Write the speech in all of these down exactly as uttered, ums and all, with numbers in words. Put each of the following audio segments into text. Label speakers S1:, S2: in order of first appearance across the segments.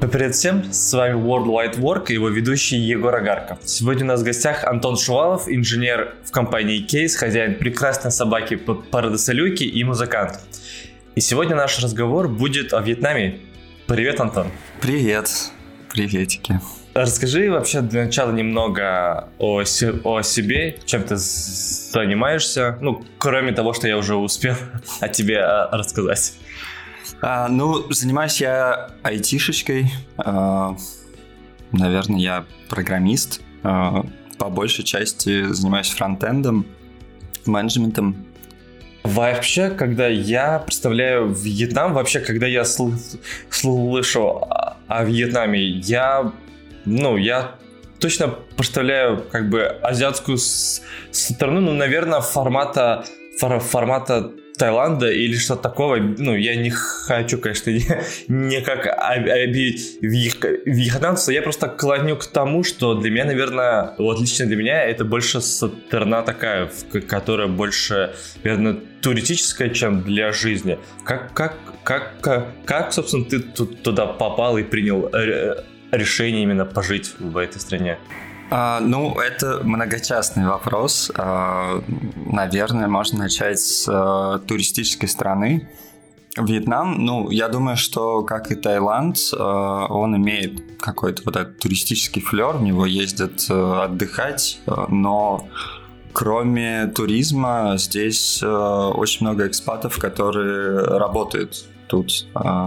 S1: Привет всем, с вами World Wide Work и его ведущий Егор Агарков. Сегодня у нас в гостях Антон Шувалов, инженер в компании Case, хозяин прекрасной собаки породы Салюки и музыкант. И сегодня наш разговор будет о Вьетнаме. Привет, Антон.
S2: Привет, приветики.
S1: Расскажи вообще для начала немного о, о себе, чем ты занимаешься, ну, кроме того, что я уже успел о тебе рассказать.
S2: А, ну, занимаюсь я айтишечкой, а, наверное, я программист, а, по большей части занимаюсь фронтендом, менеджментом.
S1: Вообще, когда я представляю Вьетнам, вообще, когда я сл- слышу о, о Вьетнаме, я, ну, я точно представляю как бы азиатскую с- страну, ну, наверное, формата, фор- формата Таиланда или что-то такого. Ну, я не хочу, конечно, не, не как обидеть вьетнамцев, я просто клоню к тому, что для меня, наверное, вот лично для меня это больше страна такая, которая больше, наверное, туристическая, чем для жизни. Как, как, как, как, как собственно, ты туда попал и принял решение именно пожить в этой стране?
S2: А, ну, это многочастный вопрос. А, наверное, можно начать с а, туристической страны. Вьетнам, ну, я думаю, что, как и Таиланд, а, он имеет какой-то вот этот туристический флер, в него ездят а, отдыхать, а, но кроме туризма здесь а, очень много экспатов, которые работают тут. А,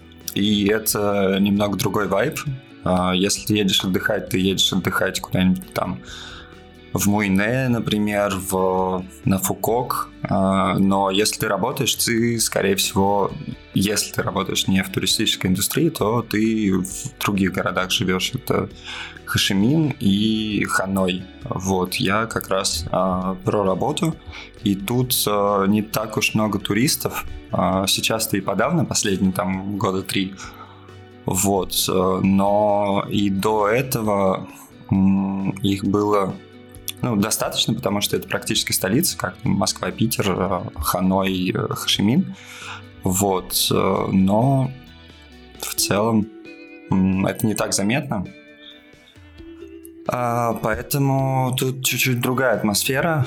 S2: и это немного другой вайб. Если ты едешь отдыхать, ты едешь отдыхать куда-нибудь там в Муйне, например, в, на Фукок. Но если ты работаешь, ты, скорее всего, если ты работаешь не в туристической индустрии, то ты в других городах живешь. Это Хошимин и Ханой. Вот, я как раз а, про работу. И тут а, не так уж много туристов. А, сейчас-то и подавно, последние там года три. Вот, но и до этого их было, ну, достаточно, потому что это практически столица, как Москва, Питер, Ханой, Хошимин. Вот, но в целом это не так заметно. Поэтому тут чуть-чуть другая атмосфера.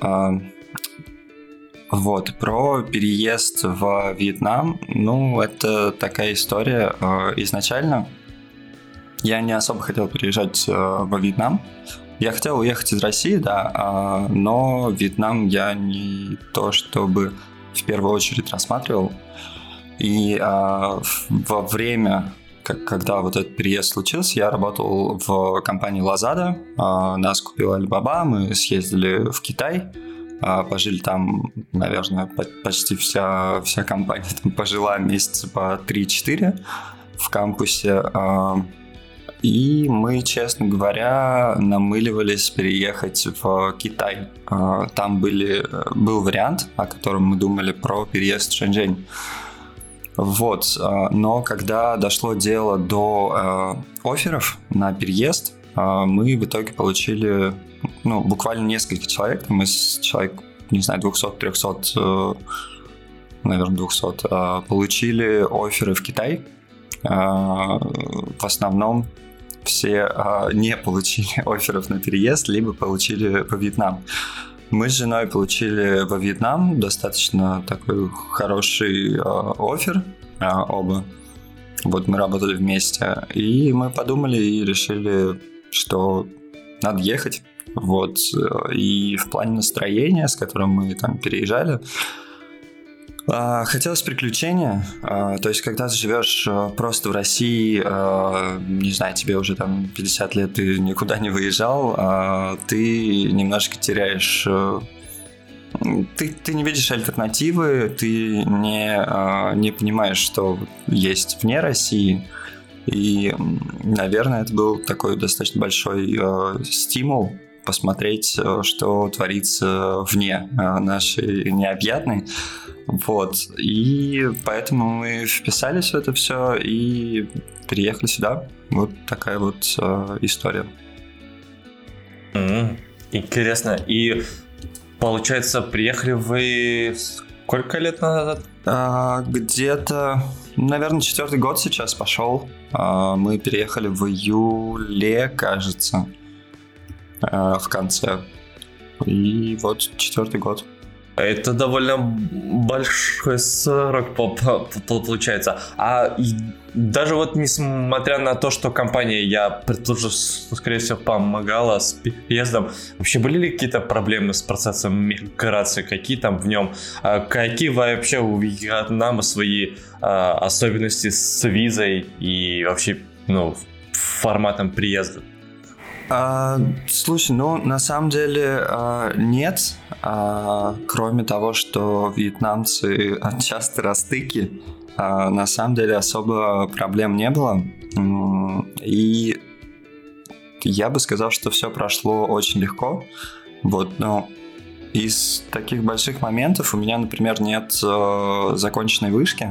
S2: Вот, про переезд в Вьетнам, ну, это такая история. Изначально я не особо хотел переезжать во Вьетнам. Я хотел уехать из России, да, но Вьетнам я не то чтобы в первую очередь рассматривал. И во время, когда вот этот переезд случился, я работал в компании Lazada. Нас купил Alibaba, мы съездили в Китай. Пожили там, наверное, почти вся, вся компания там пожила месяца по три-четыре в кампусе. И мы, честно говоря, намыливались переехать в Китай. Там были, был вариант, о котором мы думали, про переезд в Шэньчжэнь. Вот. Но когда дошло дело до офферов на переезд, мы в итоге получили, ну, буквально несколько человек, мы с человек, не знаю, двести-триста, наверное, двести, получили офферы в Китай. В основном все не получили офферов на переезд, либо получили во Вьетнам. Мы с женой получили во Вьетнам достаточно такой хороший оффер, оба. Вот мы работали вместе, и мы подумали и решили, что надо ехать. Вот. И в плане настроения, с которым мы там переезжали, хотелось приключения. То есть, когда ты живешь просто в России, не знаю, тебе уже там пятьдесят лет, ты никуда не выезжал, ты немножко теряешь... Ты, ты не видишь альтернативы, ты не, не понимаешь, что есть вне России. И, наверное, это был такой достаточно большой э, стимул посмотреть, э, что творится вне э, нашей необъятной. Вот. И поэтому мы вписались в это все и переехали сюда. Вот такая вот э, история.
S1: Mm-hmm. Интересно. И получается, приехали вы сколько лет назад?
S2: А, где-то наверное, четвертый год сейчас пошел. Мы переехали в июле, кажется, в конце. И вот четвертый год.
S1: Это довольно большой срок получается. А даже вот несмотря на то, что компания, я предположу, скорее всего, помогала с переездом, вообще были ли какие-то проблемы с процессом миграции? Какие там в нем? Какие вообще у Вьетнама свои особенности с визой и вообще, ну, форматом приезда?
S2: А, слушай, ну на самом деле а, нет, а, кроме того, что вьетнамцы часто растыки, а, на самом деле особо проблем не было, и я бы сказал, что все прошло очень легко. Вот, но из таких больших моментов у меня, например, нет а, законченной вышки,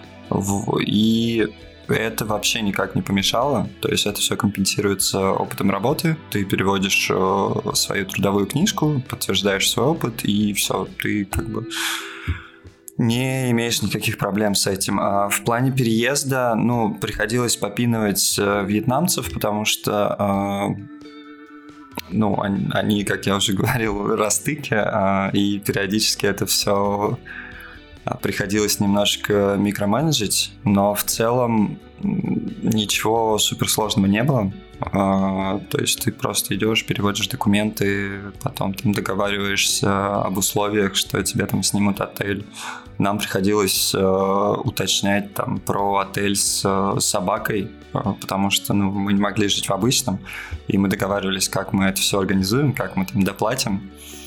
S2: и это вообще никак не помешало, то есть это все компенсируется опытом работы, ты переводишь э, свою трудовую книжку, подтверждаешь свой опыт, и все, ты как бы не имеешь никаких проблем с этим. А в плане переезда, ну, приходилось попинывать э, вьетнамцев, потому что, э, ну, они, они, как я уже говорил, растыки, э, и периодически это все... приходилось немножко микроменеджить, но в целом ничего суперсложного не было. То есть ты просто идешь, переводишь документы, потом там договариваешься об условиях, что тебе там снимут отель. Нам приходилось уточнять там про отель с собакой, потому что ну, мы не могли жить в обычном, и мы договаривались, как мы это все организуем, как мы там доплатим.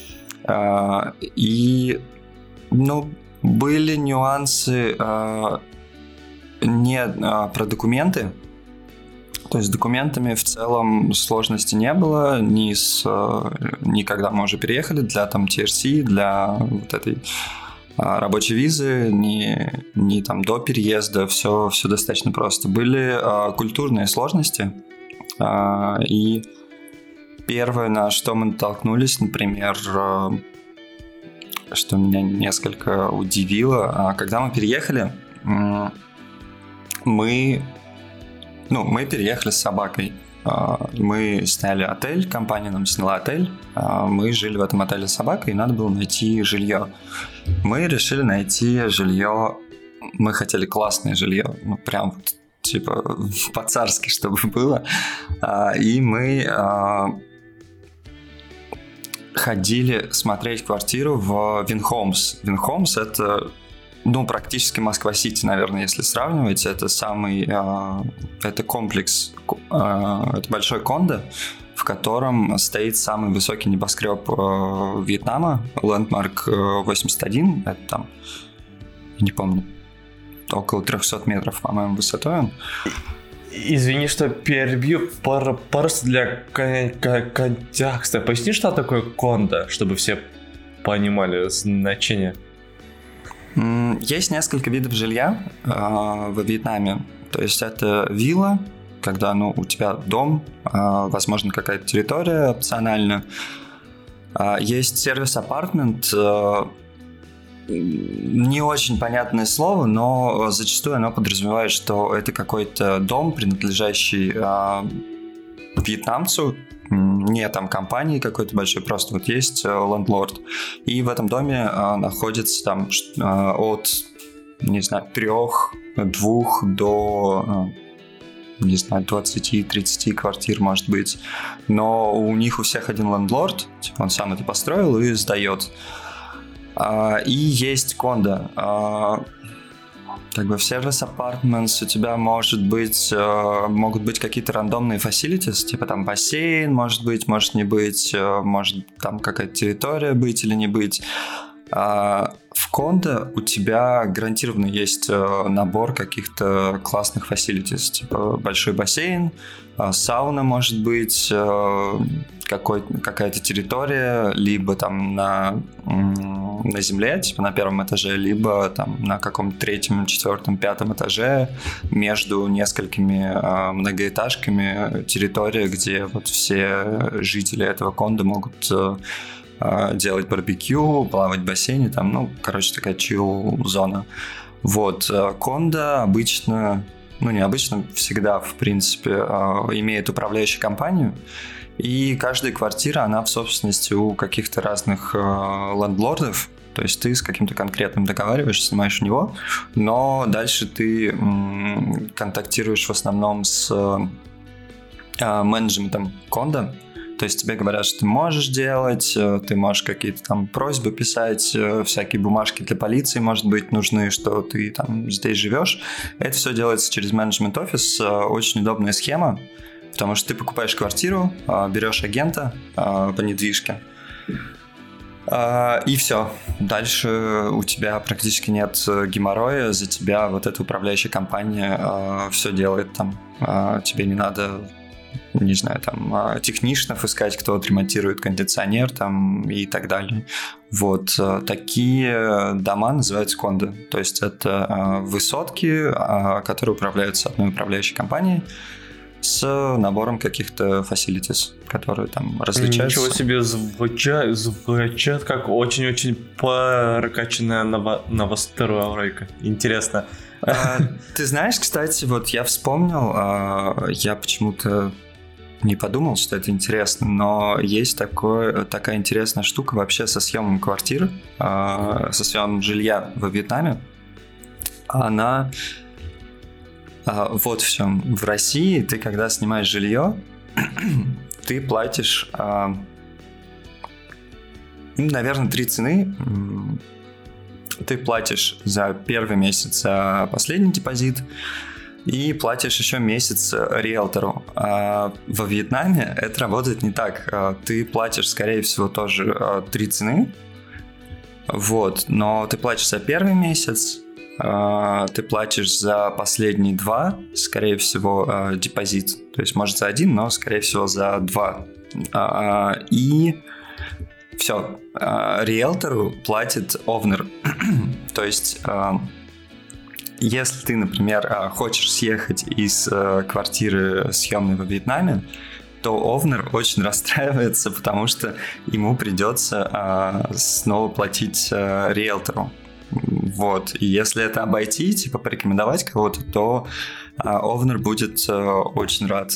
S2: И, ну, были нюансы э, не э, про документы. То есть с документами в целом сложности не было. Ни, с, э, ни когда мы уже переехали для там, ти ар си, для вот этой э, рабочей визы, ни, ни там до переезда. Все, все достаточно просто. Были э, культурные сложности. Э, и первое, на что мы натолкнулись, например... Э, что меня несколько удивило. Когда мы переехали, мы, ну, мы переехали с собакой. Мы сняли отель, компания нам сняла отель. Мы жили в этом отеле с собакой, и надо было найти жилье. Мы решили найти жилье. Мы хотели классное жилье, ну, прям типа по-царски, чтобы было. И мы... ходили смотреть квартиру в Винхоумс. Винхоумс — это, ну, практически Москва-Сити, наверное, если сравнивать. Это самый... Э, это комплекс, э, это большой кондо, в котором стоит самый высокий небоскреб э, Вьетнама, Landmark восемьдесят один. Это там, я не помню, около триста метров, по-моему, высотой он.
S1: Извини, что перебью, просто для контекста. Поясни, что такое кондо, чтобы все понимали значение.
S2: Есть несколько видов жилья э, во Вьетнаме. То есть это вилла, когда ну, у тебя дом, э, возможно, какая-то территория опциональная. Э, есть сервис-апартмент, э, не очень понятное слово, но зачастую оно подразумевает, что это какой-то дом, принадлежащий э, вьетнамцу, не там компании какой-то большой, просто вот есть лендлорд. И в этом доме э, находится там э, от, не знаю, трех, двух до, э, не знаю, двадцати-тридцати квартир, может быть. Но у них у всех один лендлорд, типа он сам это построил и сдает. Uh, и есть кондо. Uh, как бы в сервис апартментс у тебя может быть, uh, могут быть какие-то рандомные facilities, типа там бассейн, может быть, может не быть, uh, может там какая-то территория быть или не быть. Uh, в кондо у тебя гарантированно есть uh, набор каких-то классных facilities, типа большой бассейн, uh, сауна может быть, uh, какой, какая-то территория, либо там на, на земле, типа на первом этаже, либо там на каком-то третьем, четвертом, пятом этаже между несколькими э, многоэтажками территория, где вот все жители этого кондо могут э, делать барбекю, плавать в бассейне, там, ну, короче, такая чилл-зона. Вот, кондо обычно, ну не обычно, всегда, в принципе, имеет управляющую компанию, и каждая квартира, она в собственности у каких-то разных лендлордов, то есть ты с каким-то конкретным договариваешься, снимаешь у него, но дальше ты м, контактируешь в основном с э, менеджментом кондо. То есть тебе говорят, что ты можешь делать, ты можешь какие-то там просьбы писать, всякие бумажки для полиции, может быть, нужны, что ты там здесь живешь. Это все делается через менеджмент-офис, очень удобная схема, потому что ты покупаешь квартиру, берешь агента по недвижке, и все. Дальше у тебя практически нет геморроя, за тебя вот эта управляющая компания все делает там. Тебе не надо... не знаю, там, техничнов искать, кто отремонтирует кондиционер там и так далее. Вот. Такие дома называются кондо. То есть это высотки, которые управляются одной управляющей компанией с набором каких-то facilities, которые там различаются.
S1: Ничего себе, звучат, звучат как очень-очень прокачанная ново- новостройка. Интересно.
S2: А, ты знаешь, кстати, вот я вспомнил, а, я почему-то не подумал, что это интересно, но есть такое, такая интересная штука вообще со съемом квартир, а, со съемом жилья во Вьетнаме. Она а, вот в чем. В России ты, когда снимаешь жилье, ты платишь, а, наверное, три цены. Ты платишь за первый месяц за последний депозит и платишь еще месяц риэлтору. А во Вьетнаме это работает не так. Ты платишь, скорее всего, тоже три цены, вот, но ты платишь за первый месяц, ты платишь за последние два, скорее всего, депозит. То есть, может, за один, но, скорее всего, за два. И все. Риэлтору платит овнер. То есть, если ты, например, хочешь съехать из квартиры съемной во Вьетнаме, то овнер очень расстраивается, потому что ему придется снова платить риэлтору. Вот. И если это обойти, типа порекомендовать кого-то, то овнер будет очень рад.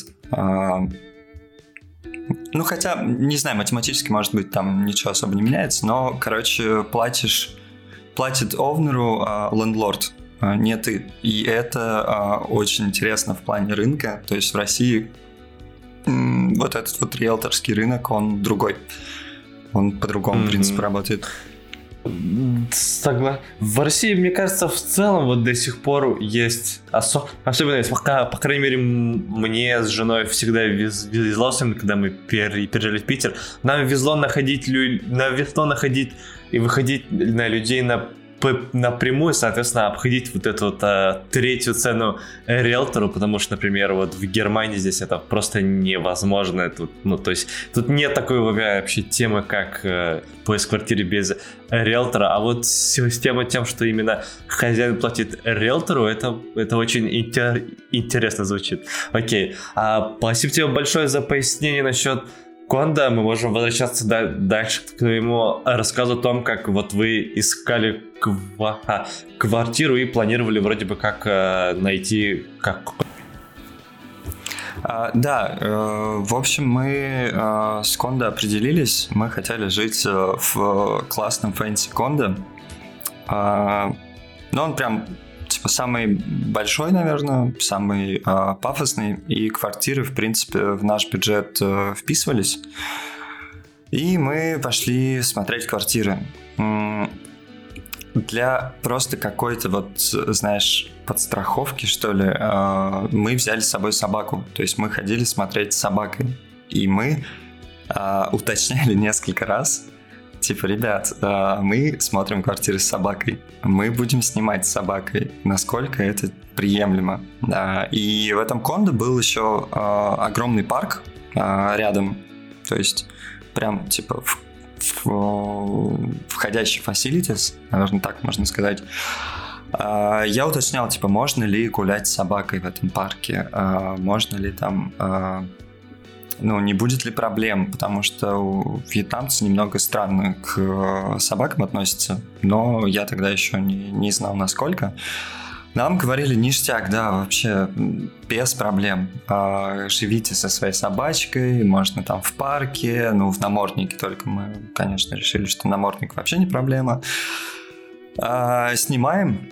S2: Ну, хотя, не знаю, математически, может быть, там ничего особо не меняется, но, короче, платишь, платит овнеру лендлорд, а, не ты. И это а, очень интересно в плане рынка. То есть в России м- вот этот вот риэлторский рынок, он другой. Он по другому mm-hmm. принципу работает.
S1: Согласен. В России, мне кажется, в целом вот до сих пор есть осо... особенность, пока, по крайней мере, мне с женой всегда вез... везло, когда мы пер... переезжали в Питер, нам везло находить, лю... нам везло находить и выходить на людей на напрямую, соответственно, обходить вот эту вот а, третью цену риэлтору, потому что, например, вот в Германии здесь это просто невозможно. Тут, ну, то есть тут нет такой вообще темы, как э, поиск квартиры без риэлтора, а вот система тем, что именно хозяин платит риэлтору, это, это очень интер- интересно звучит. Окей, а, спасибо тебе большое за пояснение насчет кондо. Мы можем возвращаться да, дальше к твоему рассказу о том, как вот вы искали ква- а, квартиру и планировали вроде бы как э, найти как...
S2: А, да, э, в общем, мы э, с кондо определились. Мы хотели жить э, в классном фэнси кондо. Э, но он прям типа самый большой, наверное, самый э, пафосный, и квартиры, в принципе, в наш бюджет э, вписывались. И мы пошли смотреть квартиры. Для просто какой-то вот, знаешь, подстраховки, что ли, э, мы взяли с собой собаку. То есть мы ходили смотреть с собакой. И мы э, уточняли несколько раз, типа, ребят, мы смотрим квартиры с собакой, мы будем снимать с собакой, насколько это приемлемо. И в этом кондо был еще огромный парк рядом, то есть прям типа входящий facilities, наверное, так можно сказать. Я уточнял, типа, можно ли гулять с собакой в этом парке, можно ли там ну, не будет ли проблем, потому что вьетнамцы немного странно к собакам относятся, но я тогда еще не, не знал, насколько. Нам говорили, ништяк, да, вообще без проблем. Живите со своей собачкой, можно там в парке, ну, в наморднике только мы, конечно, решили, что намордник вообще не проблема. Снимаем,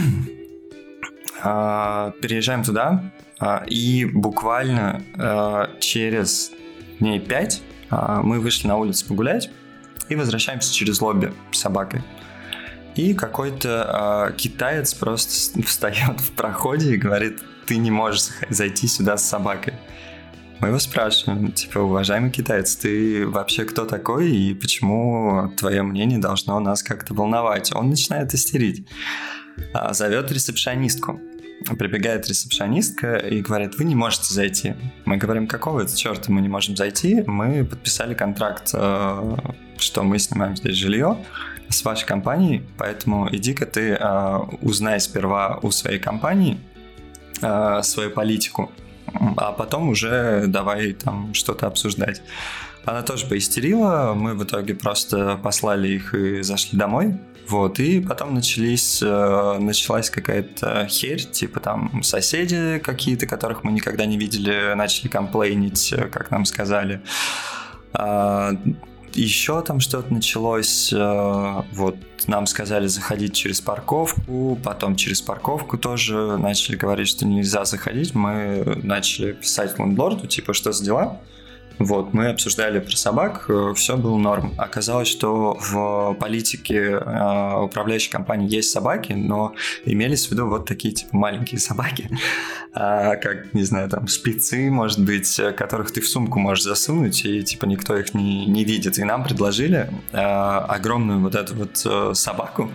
S2: переезжаем туда, и буквально через дней пять мы вышли на улицу погулять и возвращаемся через лобби с собакой. И какой-то э, китаец просто встает в проходе и говорит: ты не можешь зайти сюда с собакой. Мы его спрашиваем, типа, уважаемый китаец, ты вообще кто такой и почему твое мнение должно нас как-то волновать? Он начинает истерить, а, зовет ресепшионистку. Прибегает ресепшионистка и говорит: вы не можете зайти. Мы говорим: какого это черта мы не можем зайти? Мы подписали контракт, э, что мы снимаем здесь жилье с вашей компанией, поэтому иди-ка ты э, узнай сперва у своей компании э, свою политику, а потом уже давай там что-то обсуждать. Она тоже поистерила, мы в итоге просто послали их и зашли домой. Вот, и потом начались, э, началась какая-то херь, типа там соседи какие-то, которых мы никогда не видели, начали комплейнить, как нам сказали. А, еще там что-то началось, э, вот, нам сказали заходить через парковку, потом через парковку тоже начали говорить, что нельзя заходить. Мы начали писать лендлорду, типа, что за дела? Вот, мы обсуждали про собак, все было норм. Оказалось, что в политике э, управляющей компании есть собаки, но имелись в виду вот такие, типа, маленькие собаки, э, как, не знаю, там, шпицы, может быть, которых ты в сумку можешь засунуть, и, типа, никто их не, не видит. И нам предложили э, огромную вот эту вот э, собаку.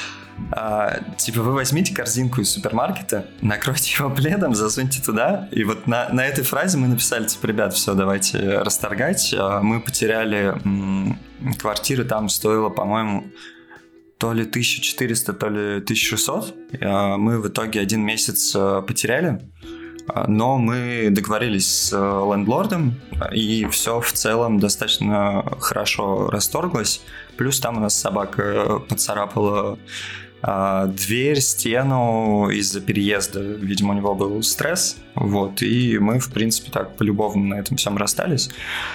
S2: А, типа, вы возьмите корзинку из супермаркета, накройте его пледом, засуньте туда. И вот на, на этой фразе мы написали, типа, ребят, все, давайте расторгать. А, мы потеряли м- квартира, там стоила, по-моему, то ли тысяча четыреста, то ли тысяча шестьсот. А, мы в итоге один месяц а, потеряли. А, но мы договорились с а, лендлордом, и все в целом достаточно хорошо расторглось. Плюс там у нас собака поцарапала а, дверь, стену из-за переезда. Видимо, у него был стресс. Вот, и мы, в принципе, так по-любому на этом всем расстались.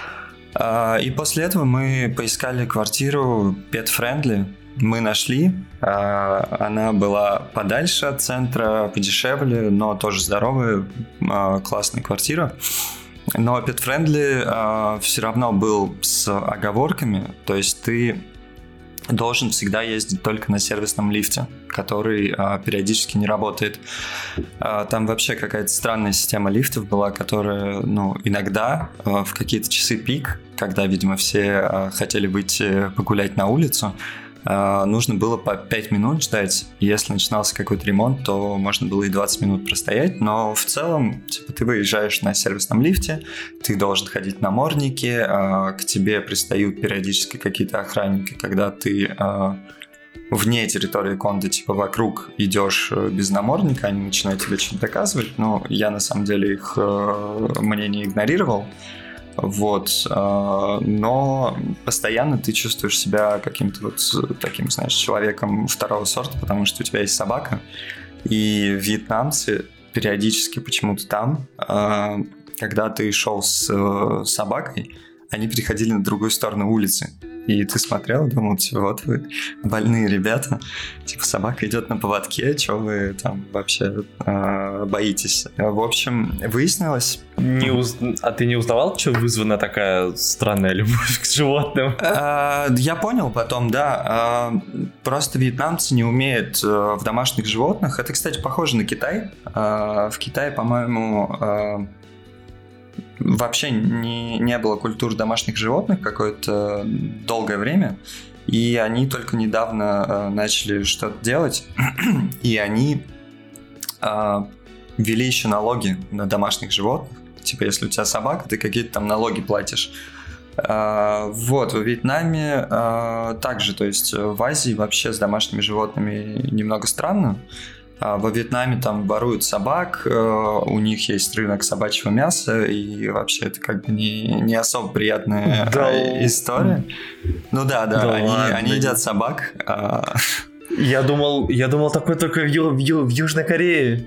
S2: А, и после этого мы поискали квартиру pet-friendly. Мы нашли. А, она была подальше от центра, подешевле, но тоже здоровая, а, классная квартира. Но pet-friendly э, все равно был с оговорками, то есть ты должен всегда ездить только на сервисном лифте, который э, периодически не работает. Э, там вообще какая-то странная система лифтов была, которая, ну, иногда э, в какие-то часы пик, когда, видимо, все э, хотели выйти погулять на улицу, нужно было по пять минут ждать. Если начинался какой-то ремонт, то можно было и двадцать минут простоять. Но в целом, типа, ты выезжаешь на сервисном лифте, ты должен ходить в наморднике, к тебе пристают периодически какие-то охранники, когда ты вне территории кондо, типа, вокруг идешь без намордника, они начинают тебе что-то доказывать. Но я, на самом деле, их мнение игнорировал. Вот, но постоянно ты чувствуешь себя каким-то вот таким, знаешь, человеком второго сорта, потому что у тебя есть собака, и вьетнамцы периодически почему-то там, когда ты шел с собакой, они переходили на другую сторону улицы. И ты смотрел и думал, типа, вот вы больные ребята, типа, собака идет на поводке, что вы там вообще э, боитесь? В общем, выяснилось...
S1: Не уз... А ты не узнавал, что вызвана такая странная любовь к животным?
S2: Э, я понял потом, да. Э, просто вьетнамцы не умеют э, в домашних животных. Это, кстати, похоже на Китай. Э, в Китае, по-моему... Э, вообще не, не было культуры домашних животных какое-то долгое время, и они только недавно э, начали что-то делать, и они э, ввели еще налоги на домашних животных. Типа, если у тебя собака, ты какие-то там налоги платишь. Э, вот, в Вьетнаме э, также, то есть в Азии вообще с домашними животными немного странно. А во Вьетнаме там воруют собак, у них есть рынок собачьего мяса, и вообще это как бы не, не особо приятная да. история. Ну да, да, да они, они едят собак.
S1: Я думал, я думал такой только в, Ю, в, Ю, в Южной Корее.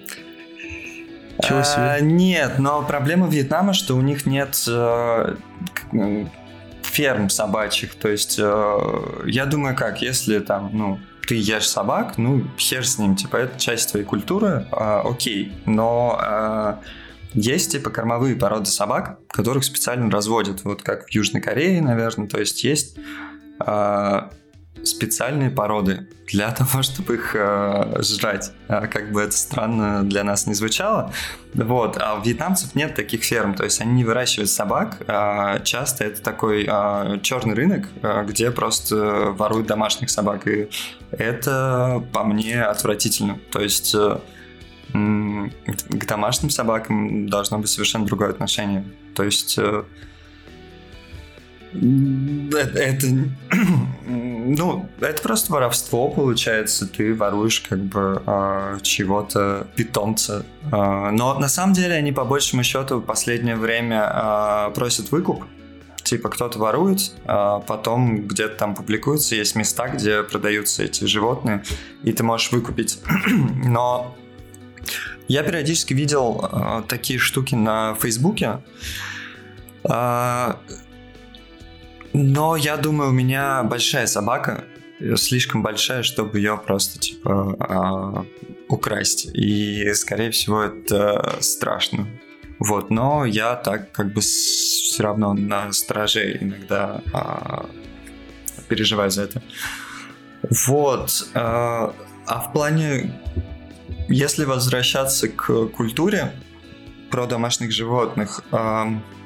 S2: Чего себе? А, нет, но проблема Вьетнама, что у них нет э, ферм собачьих. То есть э, я думаю, как, если там, ну, ты ешь собак, ну, хер с ним, типа, это часть твоей культуры, э, окей. Но э, есть, типа, кормовые породы собак, которых специально разводят, вот как в Южной Корее, наверное. То есть есть э, специальные породы для того, чтобы их э, жрать. А, как бы это странно для нас не звучало. Вот. А у вьетнамцев нет таких ферм, то есть они не выращивают собак. А часто это такой а, черный рынок, а, где просто воруют домашних собак. И это по мне отвратительно. То есть э, м- к домашним собакам должно быть совершенно другое отношение. То есть э, это, это ну, это просто воровство, получается. Ты воруешь как бы э, чего-то, питомца. Э, но на самом деле они по большему счету в последнее время э, просят выкуп. Типа кто-то ворует, а потом где-то там публикуются, есть места, где продаются эти животные, и ты можешь выкупить. Но я периодически видел э, такие штуки на Фейсбуке. Э, Но я думаю, у меня большая собака, слишком большая, чтобы ее просто, типа, а, украсть. И, скорее всего, это страшно. Вот, но я так, как бы, все равно на страже иногда а, переживаю за это. Вот. А, а в плане, если возвращаться к культуре про домашних животных... А,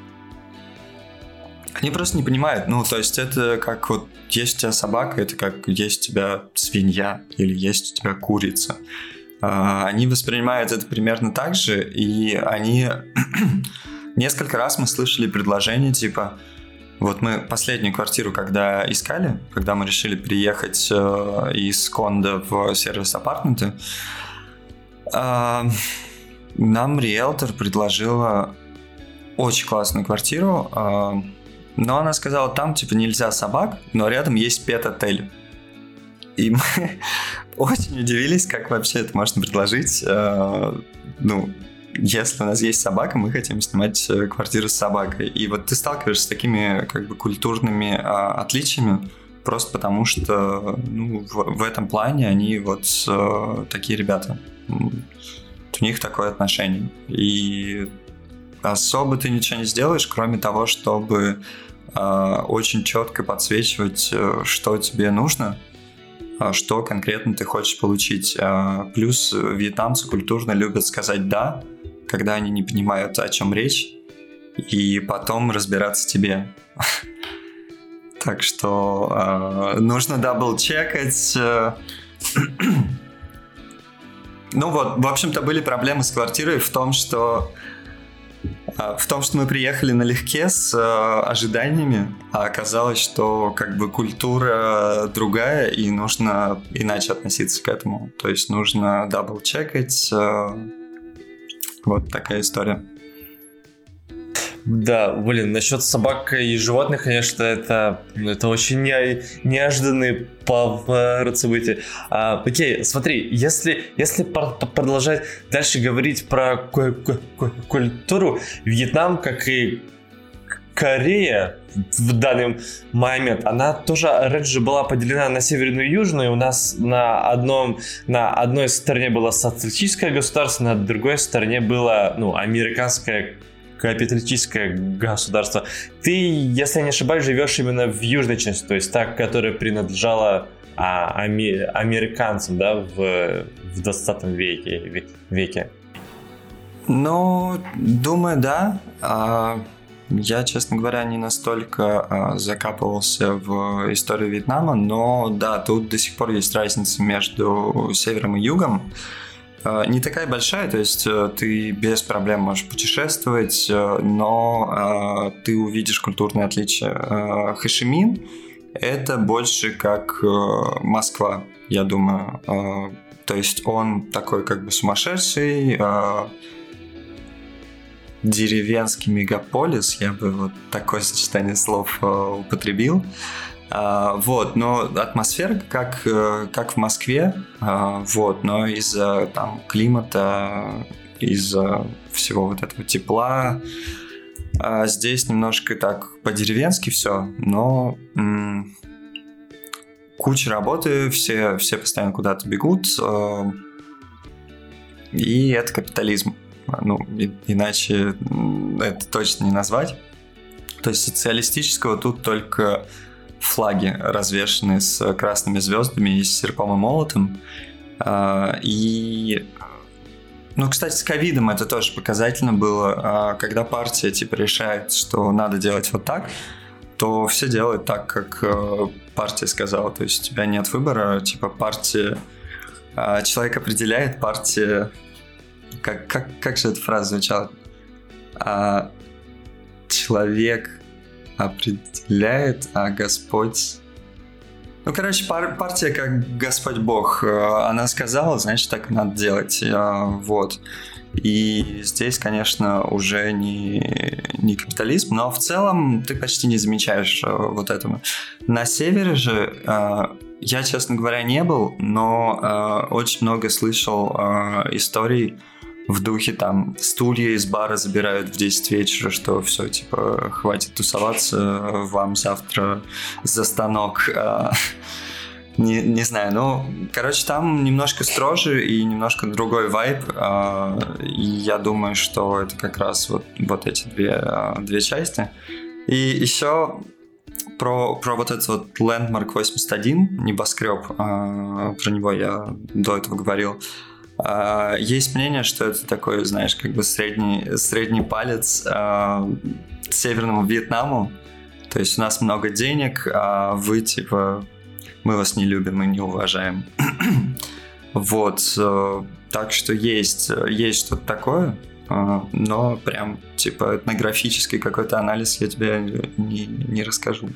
S2: они просто не понимают, ну, то есть это как вот есть у тебя собака, это как есть у тебя свинья или есть у тебя курица. А, они воспринимают это примерно так же, и они... Несколько раз мы слышали предложение типа... Вот мы последнюю квартиру, когда искали, когда мы решили переехать э, из кондо в сервис-апартменты, э, нам риэлтор предложила очень классную квартиру, э, но она сказала, там, типа, нельзя собак, но рядом есть пет-отель. И мы очень удивились, как вообще это можно предложить. Ну, если у нас есть собака, мы хотим снимать квартиру с собакой. И вот ты сталкиваешься с такими, как бы, культурными отличиями, просто потому что, ну, в, в этом плане они вот такие ребята. У них такое отношение. И... особо ты ничего не сделаешь, кроме того, чтобы э, очень четко подсвечивать, э, что тебе нужно, э, что конкретно ты хочешь получить. Э, плюс вьетнамцы культурно любят сказать «да», когда они не понимают, о чем речь, и потом разбираться тебе. Так что э, нужно дабл-чекать. Ну вот, в общем-то, были проблемы с квартирой в том, что В том, что мы приехали налегке с э, ожиданиями, а оказалось, что как бы культура другая, и нужно иначе относиться к этому. То есть нужно дабл-чекать. Э, вот такая история.
S1: Да, блин, насчет собак и животных, конечно, это, это очень не, неожиданный поворот событий. А, окей, смотри, если, если продолжать дальше говорить про ку- ку- культуру, Вьетнам, как и Корея в данный момент, она тоже раньше была поделена на северную и южную. У нас на, одном, на одной стороне было социалистическое государство, на другой стороне было, ну, американское капиталистическое государство. Ты, если я не ошибаюсь, живешь именно в южной части, то есть та, которая принадлежала а, ами, американцам, да, в, в двадцатом веке, веке.
S2: Ну, думаю, да. А, я, честно говоря, не настолько а, закапывался в историю Вьетнама, но да, тут до сих пор есть разница между севером и югом. Не такая большая, то есть ты без проблем можешь путешествовать, но ты увидишь культурные отличия. Хошимин — это больше как Москва, я думаю. То есть он такой как бы сумасшедший, э, деревенский мегаполис, я бы вот такое сочетание слов э, употребил. Uh, вот, но атмосфера как, как в Москве, uh, вот, но из-за там климата, из-за всего вот этого тепла, uh, здесь немножко так по-деревенски все, но м- куча работы, все, все постоянно куда-то бегут, uh, и это капитализм, ну, и, иначе это точно не назвать. То есть социалистического тут только флаги, развешаны с красными звездами и с серпом и молотом. И, ну, кстати, с ковидом это тоже показательно было. Когда партия, типа, решает, что надо делать вот так, то все делают так, как партия сказала. То есть у тебя нет выбора, типа, партия... Человек определяет, партия... Как, как, как же эта фраза звучала? Человек... определяет, а Господь... Ну, короче, пар- партия как Господь Бог. Она сказала, значит, так и надо делать. Вот. И здесь, конечно, уже не, не капитализм, но в целом ты почти не замечаешь вот этого. На севере же я, честно говоря, не был, но очень много слышал историй в духе там стулья из бара забирают в десять вечера, что все, типа, хватит тусоваться, вам завтра за станок. Не, не знаю, ну, короче, там немножко строже и немножко другой вайб, и я думаю, что это как раз вот, вот эти две, две части. И еще про, про вот этот вот Landmark восемьдесят один, небоскреб, про него я до этого говорил. Uh, есть мнение, что это такой, знаешь, как бы средний, средний палец uh, Северному Вьетнаму. То есть у нас много денег, а вы, типа, мы вас не любим и не уважаем. Вот. Uh, так что есть, есть что-то такое, uh, но прям, типа, этнографический какой-то анализ я тебе не, не расскажу.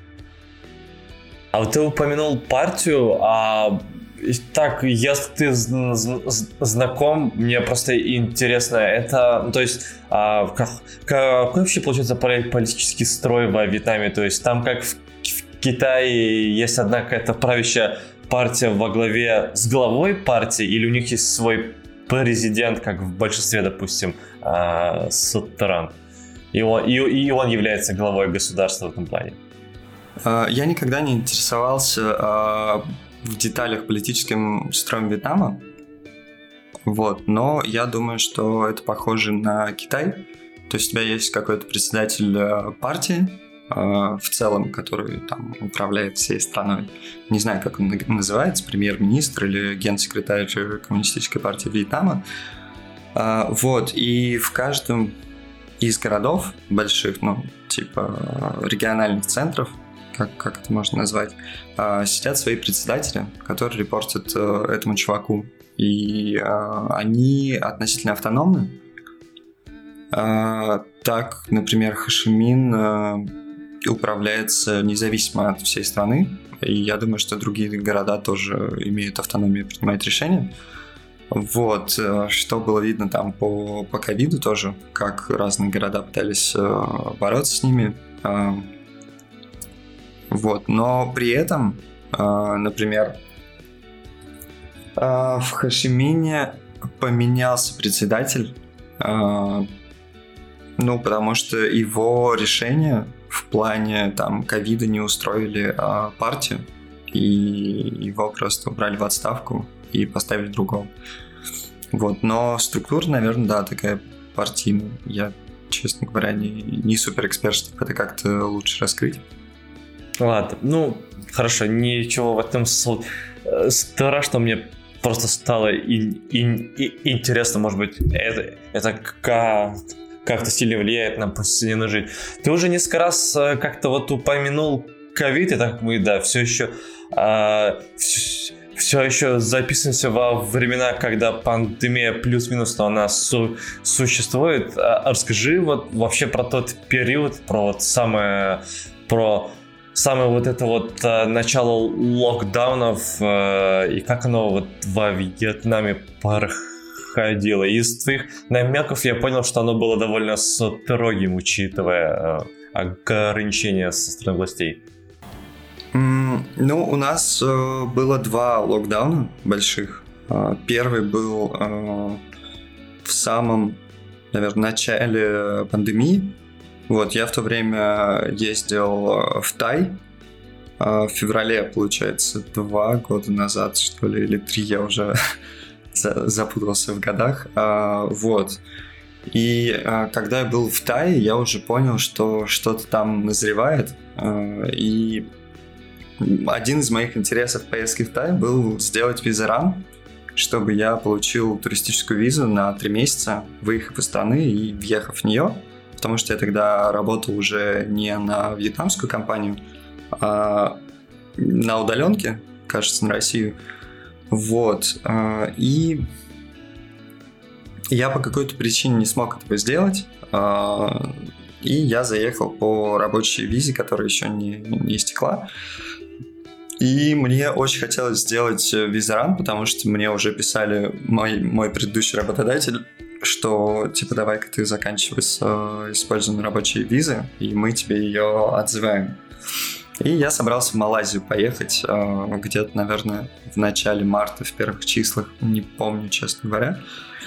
S1: А вот ты упомянул партию, а... Так, если ты знаком, мне просто интересно, это, ну, то есть, а, как, какой вообще получается политический строй во Вьетнаме? То есть там, как в, в Китае, есть одна какая-то правящая партия во главе с главой партии, или у них есть свой президент, как в большинстве, допустим, а, стран, и он, и, и он является главой государства в этом плане?
S2: Я никогда не интересовался в деталях политическим строем Вьетнама, вот, но я думаю, что это похоже на Китай, то есть у тебя есть какой-то председатель партии э, в целом, который там управляет всей страной, не знаю, как он называется, премьер-министр или генсекретарь Коммунистической партии Вьетнама, э, вот, и в каждом из городов больших, ну, типа региональных центров, Как, как это можно назвать, э, сидят свои председатели, которые репортят э, этому чуваку. И э, они относительно автономны. Э, так, например, Хошимин э, управляется независимо от всей страны. И я думаю, что другие города тоже имеют автономию принимать решения. Вот, э, что было видно там по, по ковиду тоже, как разные города пытались э, бороться с ними. Э, Вот, но при этом, э, например, э, в Хошимине поменялся председатель, э, ну, потому что его решения в плане там ковида не устроили э, партию, и его просто убрали в отставку и поставили другого. Вот, но структура, наверное, да, такая партийная. Я, честно говоря, не, не супер эксперт, чтобы это как-то лучше раскрыть.
S1: Ладно, ну, хорошо, ничего в этом страшного, мне просто стало и, и, и интересно, может быть, это, это как, как-то сильно влияет на повседневную жизнь. Ты уже несколько раз как-то вот упомянул ковид, и так мы, да, все еще, а, все, все еще записываемся во времена, когда пандемия плюс-минус у нас су- существует. А, расскажи вот вообще про тот период, про вот самое, про самое вот это вот э, начало локдаунов э, и как оно вот во Вьетнаме проходило. Из твоих намеков я понял, что оно было довольно строгим, учитывая э, ограничения со стороны властей.
S2: Mm, ну, у нас э, было два локдауна больших. Э, первый был э, в самом, наверное, начале пандемии. Вот, я в то время ездил в Тай. В феврале, получается, два года назад, что ли, или три, я уже запутался в годах. Вот. И когда я был в Тае, я уже понял, что что-то там назревает. И один из моих интересов поездки в Тай был сделать визаран, чтобы я получил туристическую визу на три месяца, выехав из страны и въехав в нее. Потому что я тогда работал уже не на вьетнамскую компанию, а на удаленке, кажется, на Россию. Вот. И я по какой-то причине не смог этого сделать. И я заехал по рабочей визе, которая еще не, не истекла. И мне очень хотелось сделать визаран, потому что мне уже писали мой, мой предыдущий работодатель, что, типа, давай-ка ты заканчивай с э, использованием рабочей визы, и мы тебе ее отзываем. И я собрался в Малайзию поехать э, где-то, наверное, в начале марта, в первых числах, не помню, честно говоря.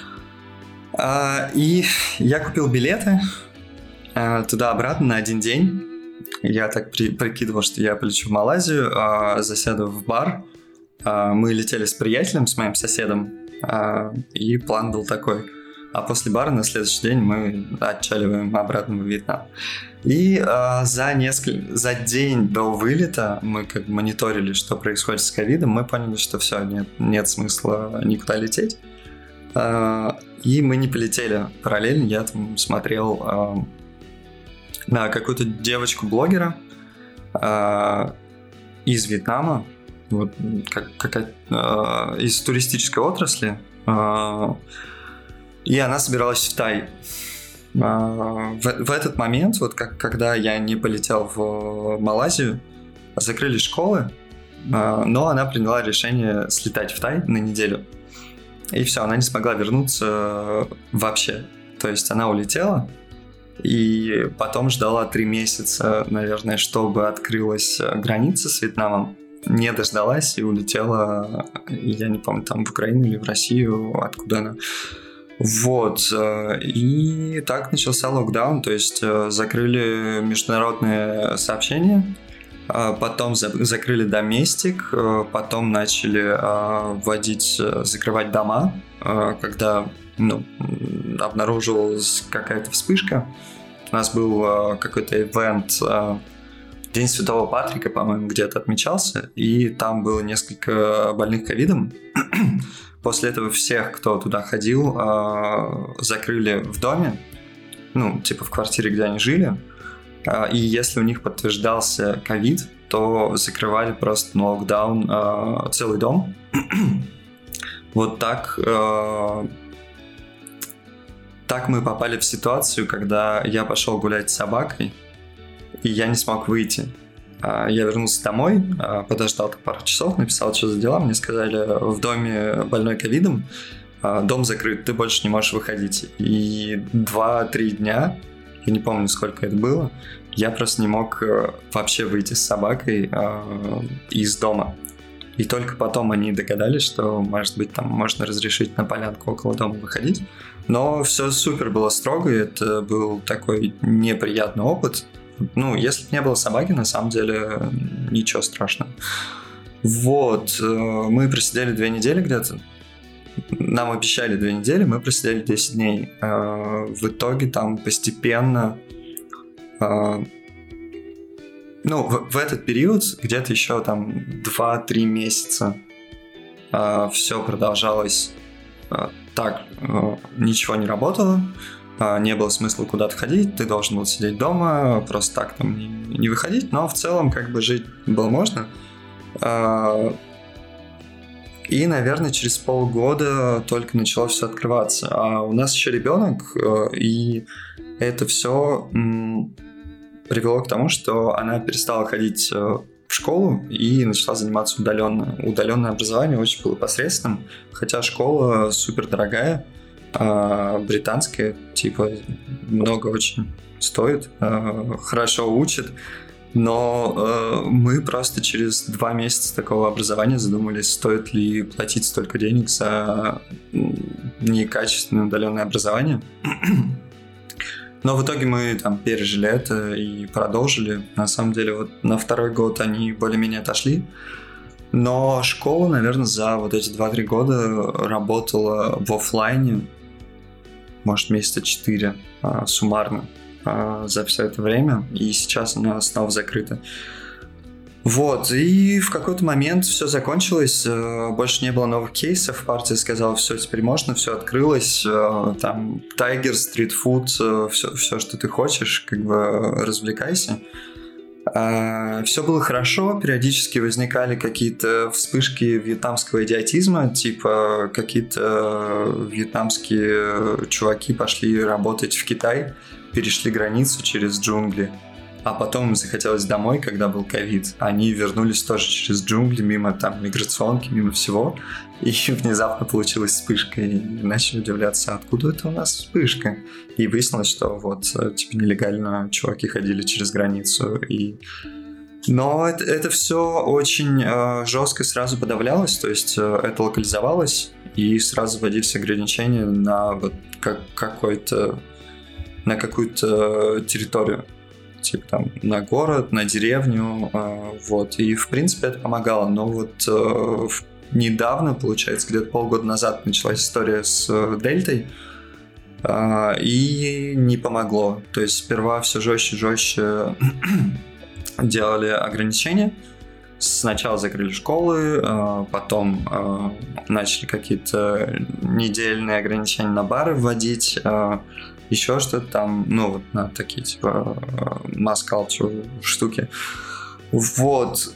S2: А, и я купил билеты э, туда-обратно на один день. Я так при, прикидывал, что я полечу в Малайзию, э, засяду в бар. Э, мы летели с приятелем, с моим соседом, э, и план был такой. А после бара на следующий день мы отчаливаем обратно в Вьетнам. И э, за, несколько, за день до вылета мы как бы мониторили, что происходит с ковидом. Мы поняли, что все, нет, нет смысла никуда лететь. Э, и мы не полетели. Параллельно я там смотрел э, на какую-то девочку-блогера э, из Вьетнама, вот, как, как, э, из туристической отрасли. Э, И она собиралась в Тай. В, в этот момент, вот как, когда я не полетел в Малайзию, закрыли школы, но она приняла решение слетать в Тай на неделю. И все, она не смогла вернуться вообще. То есть она улетела, и потом ждала три месяца, наверное, чтобы открылась граница с Вьетнамом. Не дождалась и улетела, я не помню, там в Украину или в Россию, откуда она. Вот, и так начался локдаун, то есть закрыли международные сообщения, потом закрыли доместик, потом начали вводить, закрывать дома, когда, ну, обнаруживалась какая-то вспышка. У нас был какой-то ивент, День Святого Патрика, по-моему, где-то отмечался, и там было несколько больных ковидом. После этого всех, кто туда ходил, закрыли в доме, ну, типа в квартире, где они жили. И если у них подтверждался ковид, то закрывали просто на локдаун целый дом. Вот так, так мы попали в ситуацию, когда я пошел гулять с собакой, и я не смог выйти. Я вернулся домой, подождал пару часов, написал, что за дела. Мне сказали, в доме больной ковидом, дом закрыт, ты больше не можешь выходить. И два-три дня, я не помню, сколько это было, я просто не мог вообще выйти с собакой из дома. И только потом они догадались, что, может быть, там можно разрешить на полянку около дома выходить. Но все супер было строго, это был такой неприятный опыт. Ну, если бы не было собаки, на самом деле ничего страшного. Вот, мы просидели две недели где-то. Нам обещали две недели, мы просидели десять дней. В итоге там постепенно... Ну, в, в этот период, где-то еще там два-три месяца все продолжалось так, ничего не работало. Не было смысла куда-то ходить, ты должен был сидеть дома, просто так там не, не выходить, но в целом как бы жить было можно. И, наверное, через полгода только начало все открываться. А у нас еще ребенок, и это все привело к тому, что она перестала ходить в школу и начала заниматься удаленно. Удаленное образование очень было посредственным, хотя школа супер дорогая, британская, типа много очень стоит, хорошо учат, но мы просто через два месяца такого образования задумались, стоит ли платить столько денег за некачественное удаленное образование. Но в итоге мы там пережили это и продолжили. На самом деле вот на второй год они более-менее отошли. Но школа, наверное, за вот эти два-три года работала в офлайне, может, месяца четыре а, суммарно а, за все это время. И сейчас она снова закрыта. Вот, и в какой-то момент все закончилось, больше не было новых кейсов, партия сказала, все, теперь можно, все открылось, там, тайгер, стритфуд, все, все, что ты хочешь, как бы развлекайся. Все было хорошо, периодически возникали какие-то вспышки вьетнамского идиотизма, типа какие-то вьетнамские чуваки пошли работать в Китай, перешли границу через джунгли. А потом им захотелось домой, когда был ковид. Они вернулись тоже через джунгли, мимо там миграционки, мимо всего. И внезапно получилась вспышка. И начали удивляться, откуда это у нас вспышка. И выяснилось, что вот типа нелегально чуваки ходили через границу. И... Но это, это все очень э, жестко сразу подавлялось. То есть э, это локализовалось. И сразу вводились ограничения на вот как, какой-то, на какую-то территорию. Типа там на город, на деревню, э, вот, и в принципе это помогало, но вот э, недавно, получается, где-то полгода назад началась история с э, Дельтой, э, и не помогло, то есть сперва все жестче и жестче делали ограничения, сначала закрыли школы, э, потом э, начали какие-то недельные ограничения на бары вводить, э, еще что-то там, ну, вот на такие, типа, масс-калтур штуки. Вот.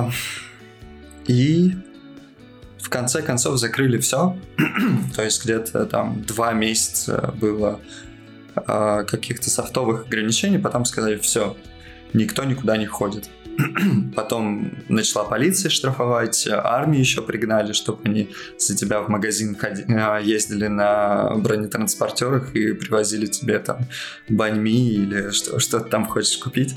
S2: И в конце концов закрыли все. То есть где-то там два месяца было каких-то софтовых ограничений, потом сказали, все, никто никуда не ходит. Потом начала полиция штрафовать, армию еще пригнали, чтобы они за тебя в магазин ходи... ездили на бронетранспортерах и привозили тебе там баньми или что, что-то там хочешь купить.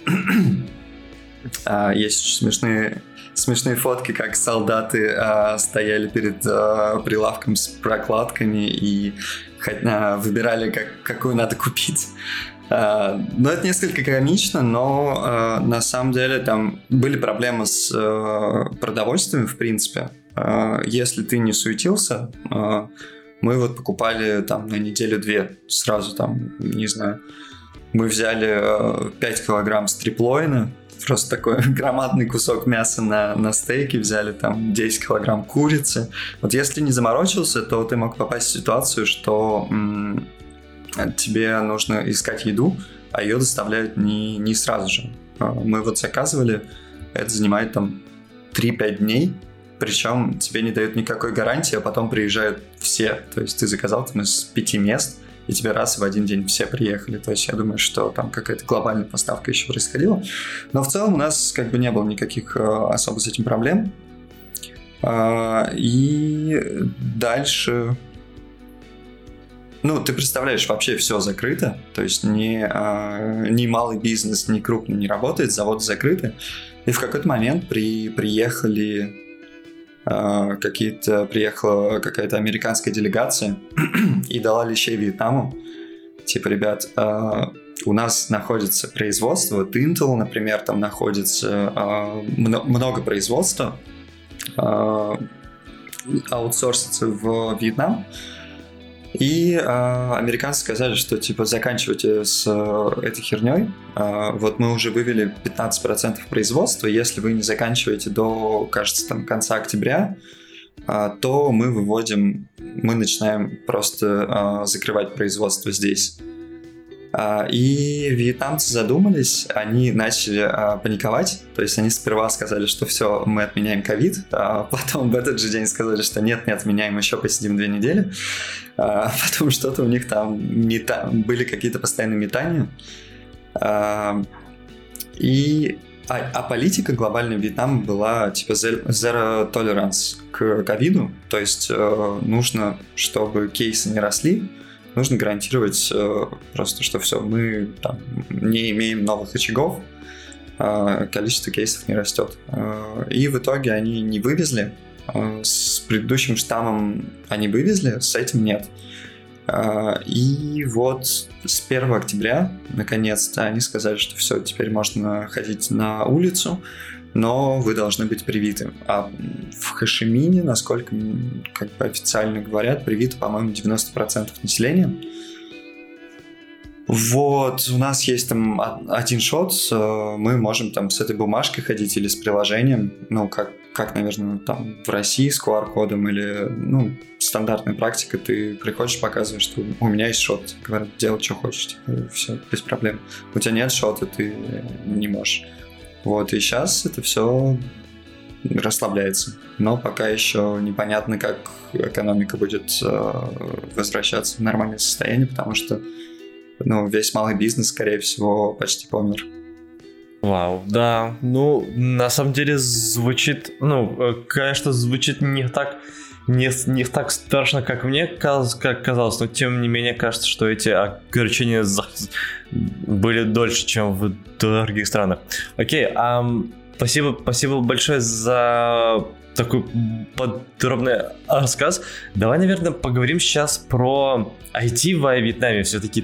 S2: Есть очень смешные, смешные фотки, как солдаты а, стояли перед а, прилавком с прокладками и а, выбирали, как, какую надо купить. Uh, ну, это несколько комично, но uh, на самом деле там были проблемы с uh, продовольствием, в принципе. Uh, если ты не суетился, uh, мы вот покупали там на неделю-две сразу там, не знаю, мы взяли uh, пять килограмм стриплоина, просто такой громадный кусок мяса на, на стейке, взяли там десять килограмм курицы. Вот если не заморочился, то ты мог попасть в ситуацию, что... М- тебе нужно искать еду, а ее доставляют не, не сразу же. Мы вот заказывали, это занимает там три-пять дней, причем тебе не дают никакой гарантии, а потом приезжают все. То есть ты заказал там из пяти мест, и тебе раз в один день все приехали. То есть я думаю, что там какая-то глобальная поставка еще происходила. Но в целом у нас как бы не было никаких особо с этим проблем. И дальше... Ну, ты представляешь, вообще все закрыто, то есть ни, а, ни малый бизнес, ни крупный не работает, заводы закрыты. И в какой-то момент при, приехали а, какие-то, приехала какая-то американская делегация и дала лещей Вьетнаму. Типа, ребят, а, у нас находится производство, вот Intel, например, там находится а, много производства, а, аутсорсится в Вьетнам. И э, американцы сказали, что типа заканчивайте с э, этой херней. Э, вот мы уже вывели пятнадцать процентов производства. Если вы не заканчиваете до, кажется, там конца октября, э, то мы выводим, мы начинаем просто э, закрывать производство здесь. Э, и вьетнамцы задумались, они начали э, паниковать. То есть они сперва сказали, что все, мы отменяем ковид, а потом в этот же день сказали, что нет, не отменяем, еще посидим две недели. А потом что-то у них там мета... были какие-то постоянные метания. И, а, а политика глобальная Вьетнама была типа zero tolerance к ковиду, то есть нужно, чтобы кейсы не росли, нужно гарантировать просто, что все, мы там не имеем новых очагов, количество кейсов не растет. И в итоге они не вывезли. С предыдущим штаммом они вывезли, с этим нет. И вот с первого октября, наконец-то, они сказали, что все, теперь можно ходить на улицу, но вы должны быть привиты. А в Хошимине, насколько как бы официально говорят, привито, по-моему, девяносто процентов населения. Вот, у нас есть там один шот, мы можем там с этой бумажкой ходить или с приложением, ну, как, как наверное, там в России с ку ар-кодом или, ну, стандартная практика, ты приходишь, показываешь, что у меня есть шот, говорят, делай, что хочешь, типа, все, без проблем. У тебя нет шота, ты не можешь. Вот, и сейчас это все расслабляется, но пока еще непонятно, как экономика будет возвращаться в нормальное состояние, потому что ну, весь малый бизнес, скорее всего, почти помер.
S1: Вау, да. Ну, на самом деле звучит, ну, конечно, звучит не так, не, не так страшно, как мне как казалось, но тем не менее кажется, что эти ограничения были дольше, чем в других странах. Окей, а, спасибо, спасибо большое за такой подробный рассказ. Давай, наверное, поговорим сейчас про ай ти во Вьетнаме. Все-таки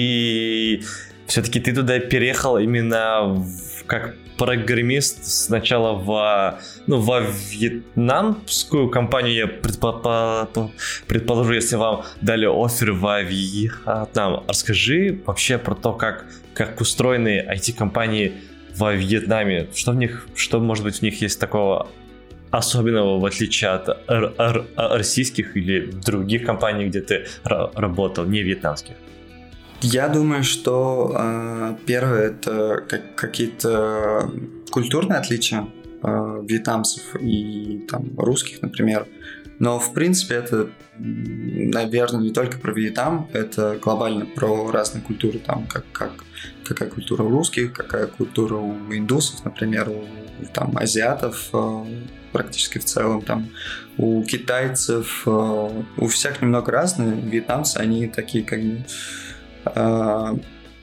S1: ты, все-таки ты туда переехал именно в, как программист сначала в, ну, во вьетнамскую компанию. Я предпо- предположу, если вам дали оффер во Вьетнам. Расскажи вообще про то, как, как устроены ай ти-компании во Вьетнаме. Что в них, что, может быть, в них есть такого особенного, в отличие от р- р- российских или других компаний, где ты р- работал, не вьетнамских?
S2: Я думаю, что э, первое это как, какие-то культурные отличия э, вьетнамцев и там, русских, например. Но в принципе это, наверное, не только про Вьетнам, это глобально про разные культуры, там как, как какая культура у русских, какая культура у индусов, например, у там, азиатов. Э, практически в целом, там, у китайцев, у всех немного разные, вьетнамцы, они такие, как бы, э,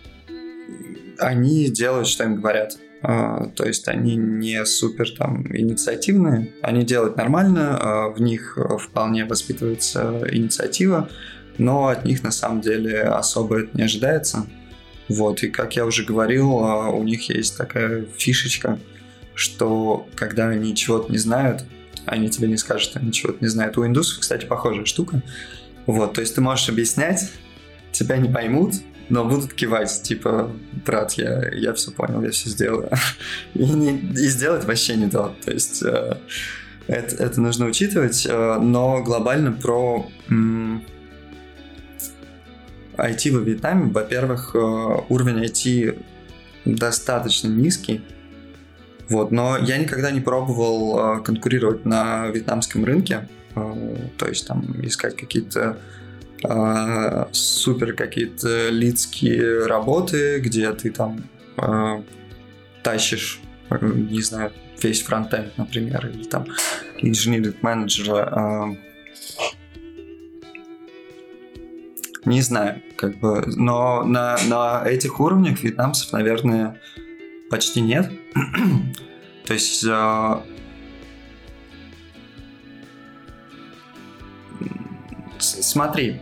S2: они делают, что им говорят, э, то есть они не супер, там, инициативные, они делают нормально, э, в них вполне воспитывается инициатива, но от них, на самом деле, особо это не ожидается, вот, и, как я уже говорил, э, у них есть такая фишечка, что когда они чего-то не знают, они тебе не скажут, что они чего-то не знают. У индусов, кстати, похожая штука. Вот, то есть ты можешь объяснять, тебя не поймут, но будут кивать, типа, брат, я, я все понял, я все сделаю. И, не, и сделать вообще не то. То есть э, это, это нужно учитывать, э, но глобально про м- ай ти во Вьетнаме, во-первых, э, уровень ай ти достаточно низкий. Вот, но я никогда не пробовал э, конкурировать на вьетнамском рынке, э, то есть там искать какие-то э, супер какие-то лидские работы, где ты там э, тащишь, э, не знаю, весь фронтенд, например, или там инженеринг менеджера. Э, не знаю, как бы, но на, на этих уровнях вьетнамцев, наверное, почти нет. То есть э, смотри,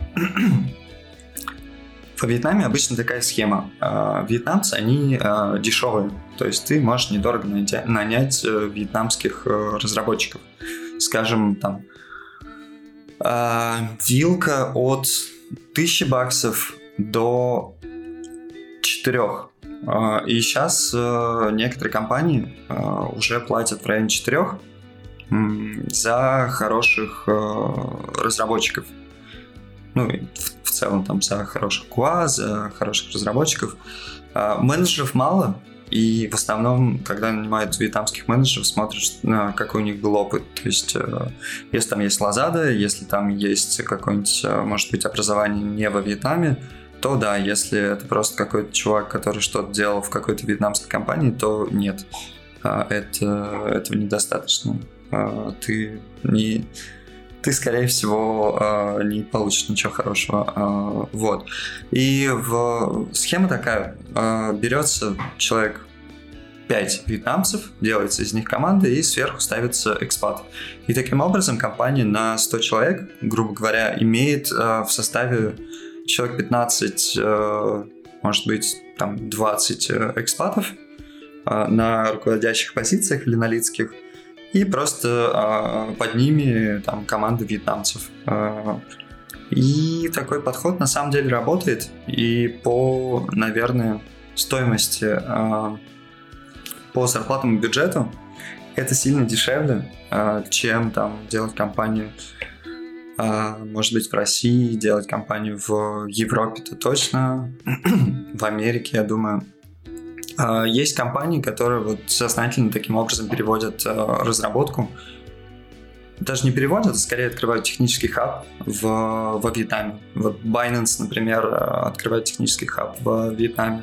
S2: во Вьетнаме обычно такая схема. Э, вьетнамцы, они э, дешевые. То есть ты можешь недорого найти, нанять э, вьетнамских э, разработчиков. Скажем, там э, вилка от тысячи баксов до четырех. И сейчас некоторые компании уже платят в районе четырех за хороших разработчиков. Ну, в целом там за хороших кью эй, за хороших разработчиков. Менеджеров мало, и в основном, когда нанимают вьетнамских менеджеров, смотрят, какой у них был опыт. То есть, если там есть Lazada, если там есть какое-нибудь, может быть, образование не во Вьетнаме, то да, если это просто какой-то чувак, который что-то делал в какой-то вьетнамской компании, то нет, это, этого недостаточно. Ты, не, ты скорее всего, не получишь ничего хорошего. Вот. И в, схема такая. Берется человек пять вьетнамцев, делается из них команда, и сверху ставится экспат. И таким образом компания на сто человек, грубо говоря, имеет в составе человек пятнадцать, может быть, там двадцать экспатов на руководящих позициях или на лидских, и просто под ними там команда вьетнамцев. И такой подход на самом деле работает, и по, наверное, стоимости, по зарплатам и бюджету это сильно дешевле, чем там делать компанию, может быть, в России, делать компанию в Европе-то точно, в Америке, я думаю. Есть компании, которые вот сознательно таким образом переводят разработку. Даже не переводят, а скорее открывают технический хаб в, во Вьетнаме. Вот Binance, например, открывает технический хаб в Вьетнаме.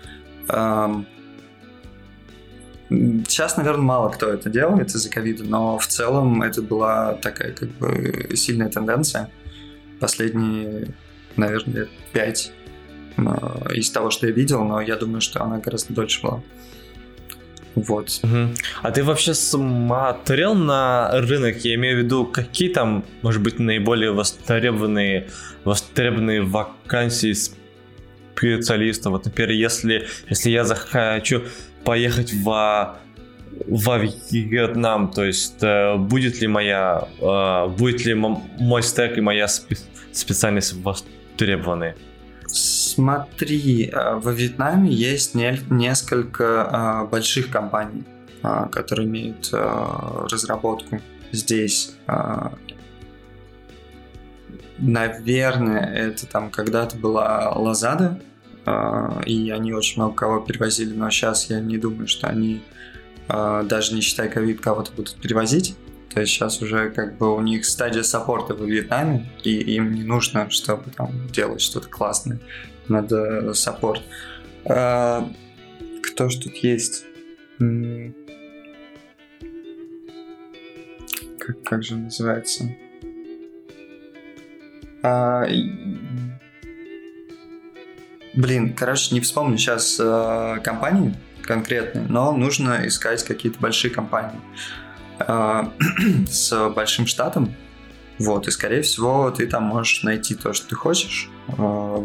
S2: Сейчас, наверное, мало кто это делает из-за ковида, но в целом это была такая как бы сильная тенденция последние, наверное, лет пять из того, что я видел, но я думаю, что она гораздо дольше была. Вот.
S1: Угу. А ты вообще смотрел на рынок? Я имею в виду, какие там, может быть, наиболее востребованные, востребованные вакансии специалистов? Вот, например, если, если я захочу поехать в, во Вьетнам, то есть э, будет ли моя, э, будет ли м- мой стек и моя спе- специальность востребованы?
S2: Смотри, во Вьетнаме есть не, несколько а, больших компаний, а, которые имеют а, разработку здесь. А, наверное, это там когда-то была Lazada, а, и они очень много кого перевозили, но сейчас я не думаю, что они, а, даже не считая ковид, кого-то будут перевозить. То есть сейчас уже как бы у них стадия саппорта во Вьетнаме, и им не нужно, чтобы там делать что-то классное. Надо саппорт. А, кто ж тут есть? Как, как же называется? А, блин, короче, не вспомню сейчас а, компании конкретные, но нужно искать какие-то большие компании а, с большим штатом. Вот, и скорее всего ты там можешь найти то, что ты хочешь. А,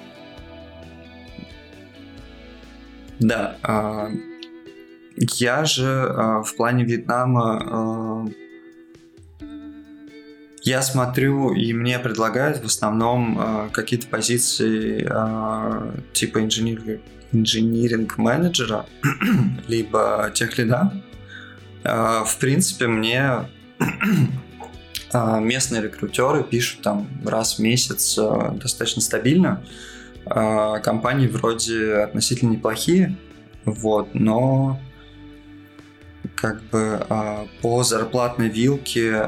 S2: Да, э, я же э, в плане Вьетнама э, я смотрю, и мне предлагают в основном э, какие-то позиции э, типа инженер, инжиниринг-менеджера либо техлида. Э, в принципе, мне э, местные рекрутеры пишут там раз в месяц э, достаточно стабильно. Компании вроде относительно неплохие, вот, но как бы по зарплатной вилке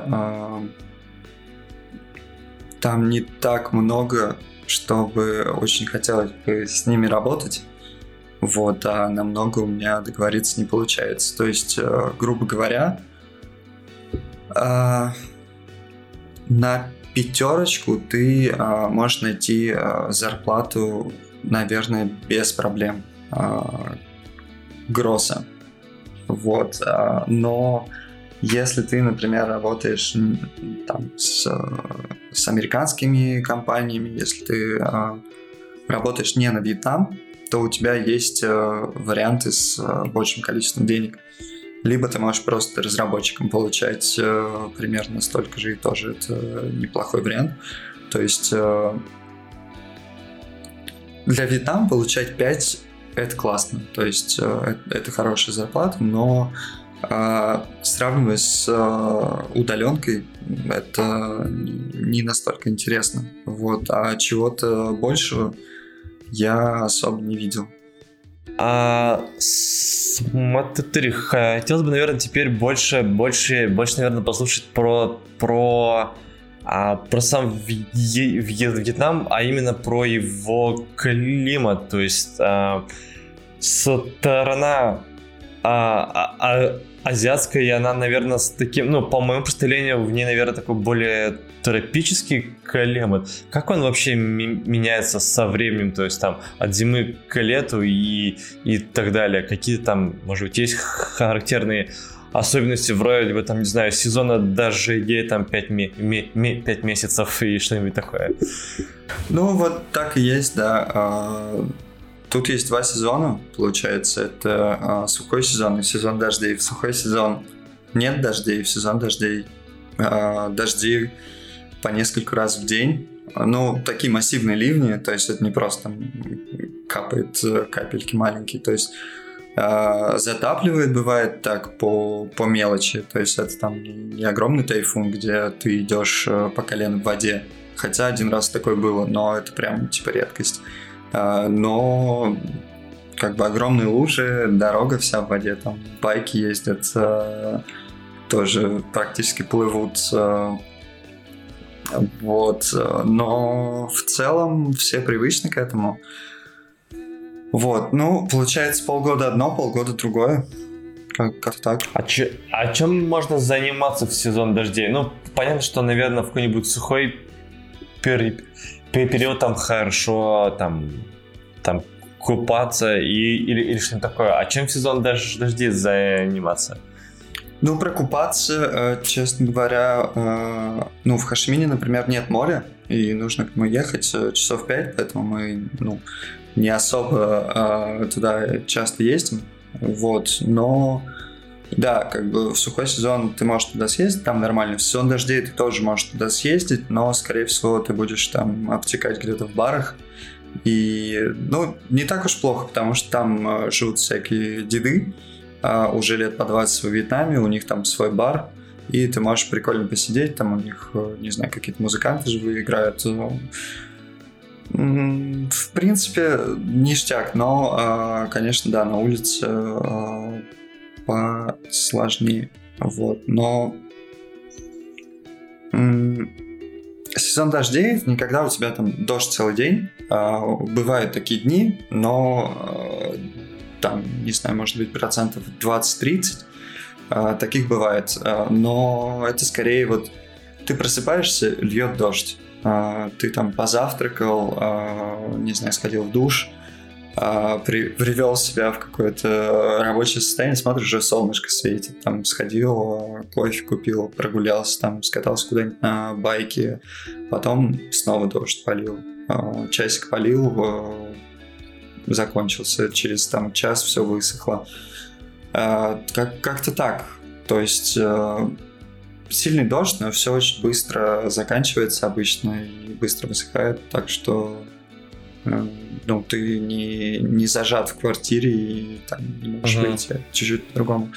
S2: там не так много, чтобы очень хотелось бы с ними работать, вот, а намного у меня договориться не получается. То есть, грубо говоря, на пятерочку ты а, можешь найти а, зарплату, наверное, без проблем а, гросса. Вот. А, но если ты, например, работаешь там, с, с американскими компаниями, если ты а, работаешь не на Вьетнам, то у тебя есть а, варианты с а, большим количеством денег. Либо ты можешь просто разработчикам получать э, примерно столько же, и тоже это неплохой вариант. То есть э, для Вьетнама получать пять – это классно. То есть э, это хорошая зарплата, но э, сравнивая с э, удаленкой, это не настолько интересно. Вот. А чего-то большего я особо не видел.
S1: А, смотри, хотелось бы, наверное, теперь больше, больше, больше, наверное, послушать про, про а про сам Вьетнам, а именно про его климат. То есть а, сторона а, а, азиатская, и она, наверное, с таким, ну, по моему представлению, в ней, наверное, такой более тропический климат. Как он вообще ми- меняется со временем, то есть там от зимы к лету и, и так далее? Какие там, может быть, есть характерные особенности вроде бы, там, не знаю, сезона дождей, там, пять месяцев и что-нибудь такое?
S2: Ну, вот так и есть, да. Тут есть два сезона, получается. Это сухой сезон и сезон дождей. В сухой сезон нет дождей, в сезон дождей дожди по несколько раз в день. Ну, такие массивные ливни, то есть это не просто там капает капельки маленькие, то есть э, затапливает, бывает так по, по мелочи, то есть это там не огромный тайфун, где ты идешь по колено в воде, хотя один раз такое было, но это прям типа редкость. Э, но как бы огромные лужи, дорога вся в воде, там байки ездят, э, тоже практически плывут, э, вот, но в целом все привычны к этому. Вот, ну, получается, полгода одно, полгода другое. Как- как-то так.
S1: А, че, а чем можно заниматься в сезон дождей? Ну, понятно, что, наверное, в какой-нибудь сухой пери- пе- период там хорошо там, там купаться и, или, или что-нибудь такое. А чем в сезон дож- дождей заниматься?
S2: Ну, про купаться, честно говоря, ну, в Хошимине, например, нет моря, и нужно к нему ехать часов пять, поэтому мы, ну, не особо туда часто ездим, вот, но, да, как бы в сухой сезон ты можешь туда съездить, там нормально, в сезон дождей ты тоже можешь туда съездить, но, скорее всего, ты будешь там обтекать где-то в барах, и, ну, не так уж плохо, потому что там живут всякие деды, уже лет по двадцать во Вьетнаме, у них там свой бар, и ты можешь прикольно посидеть, там у них, не знаю, какие-то музыканты живые играют. В принципе, ништяк, но, конечно, да, на улице посложнее, вот, но сезон дождей, никогда у тебя там дождь целый день, бывают такие дни, но там, не знаю, может быть, процентов двадцать-тридцать э, таких бывает. Э, но это скорее вот ты просыпаешься, льет дождь. Э, ты там позавтракал, э, не знаю, сходил в душ, э, при, привел себя в какое-то рабочее состояние, смотришь, уже солнышко светит. Там сходил, кофе купил, прогулялся, там скатался куда-нибудь на байке. Потом снова дождь полил. Э, часик полил, э, закончился, через там час все высохло. Э, как- как-то так. То есть э, сильный дождь, но все очень быстро заканчивается обычно и быстро высыхает, так что э, ну, ты не, не зажат в квартире и там не можешь
S1: Мгм.
S2: выйти чуть-чуть по-другому.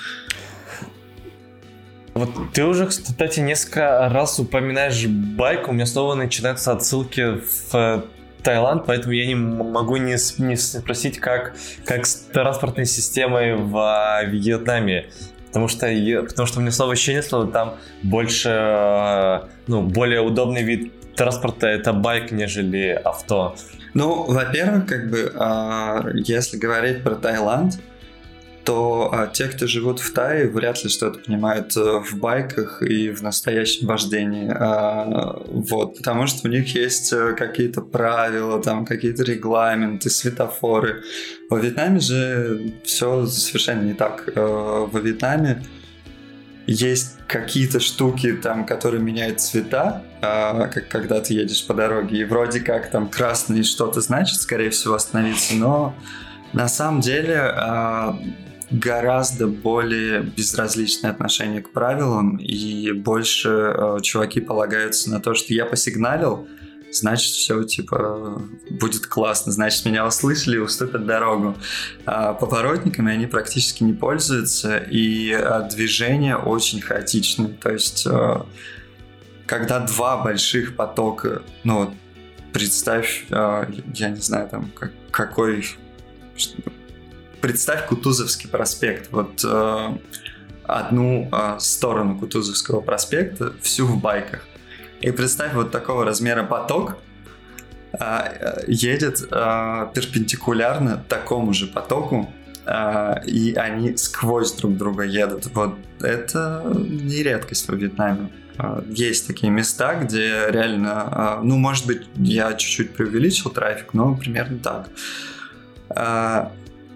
S1: Вот ты уже, кстати, несколько раз упоминаешь байк, у меня снова начинаются отсылки в э, Таиланд, поэтому я не м- могу не, с- не спросить, как, как с транспортной системой в а, Вьетнаме. Потому что, я- потому что у меня снова ощущение, что там больше, э, ну, более удобный вид транспорта — это байк, нежели авто.
S2: Ну, во-первых, как бы, а, если говорить про Таиланд, то а, те, кто живут в Тае, вряд ли что-то понимают а, в байках и в настоящем вождении. А, вот, потому что у них есть а, какие-то правила, там, какие-то регламенты, светофоры. Во Вьетнаме же все совершенно не так. А, во Вьетнаме есть какие-то штуки, там, которые меняют цвета, а, как когда ты едешь по дороге, и вроде как там красный что-то значит, скорее всего, остановиться, но на самом деле а, гораздо более безразличное отношение к правилам, и больше а, чуваки полагаются на то, что я посигналил, значит, все, типа, будет классно, значит, меня услышали и уступят дорогу. А поворотниками они практически не пользуются, и а, движение очень хаотичное. То есть, а, когда два больших потока, ну, вот, представь, а, я не знаю, там, как, какой... Представь Кутузовский проспект. Вот а, одну а, сторону Кутузовского проспекта всю в байках. И представь, вот такого размера поток а, едет а, перпендикулярно такому же потоку, а, и они сквозь друг друга едут. Вот это не редкость во Вьетнаме. А, есть такие места, где реально, а, ну, может быть, я чуть-чуть преувеличил трафик, но примерно так. А,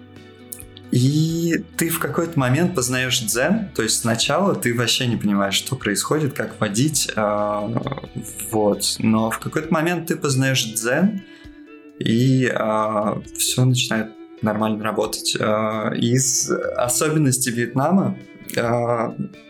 S2: И ты в какой-то момент познаешь дзен, то есть сначала ты вообще не понимаешь, что происходит, как водить, э, вот. Но в какой-то момент ты познаешь дзен, и э, все начинает нормально работать. Э, из особенностей Вьетнама э,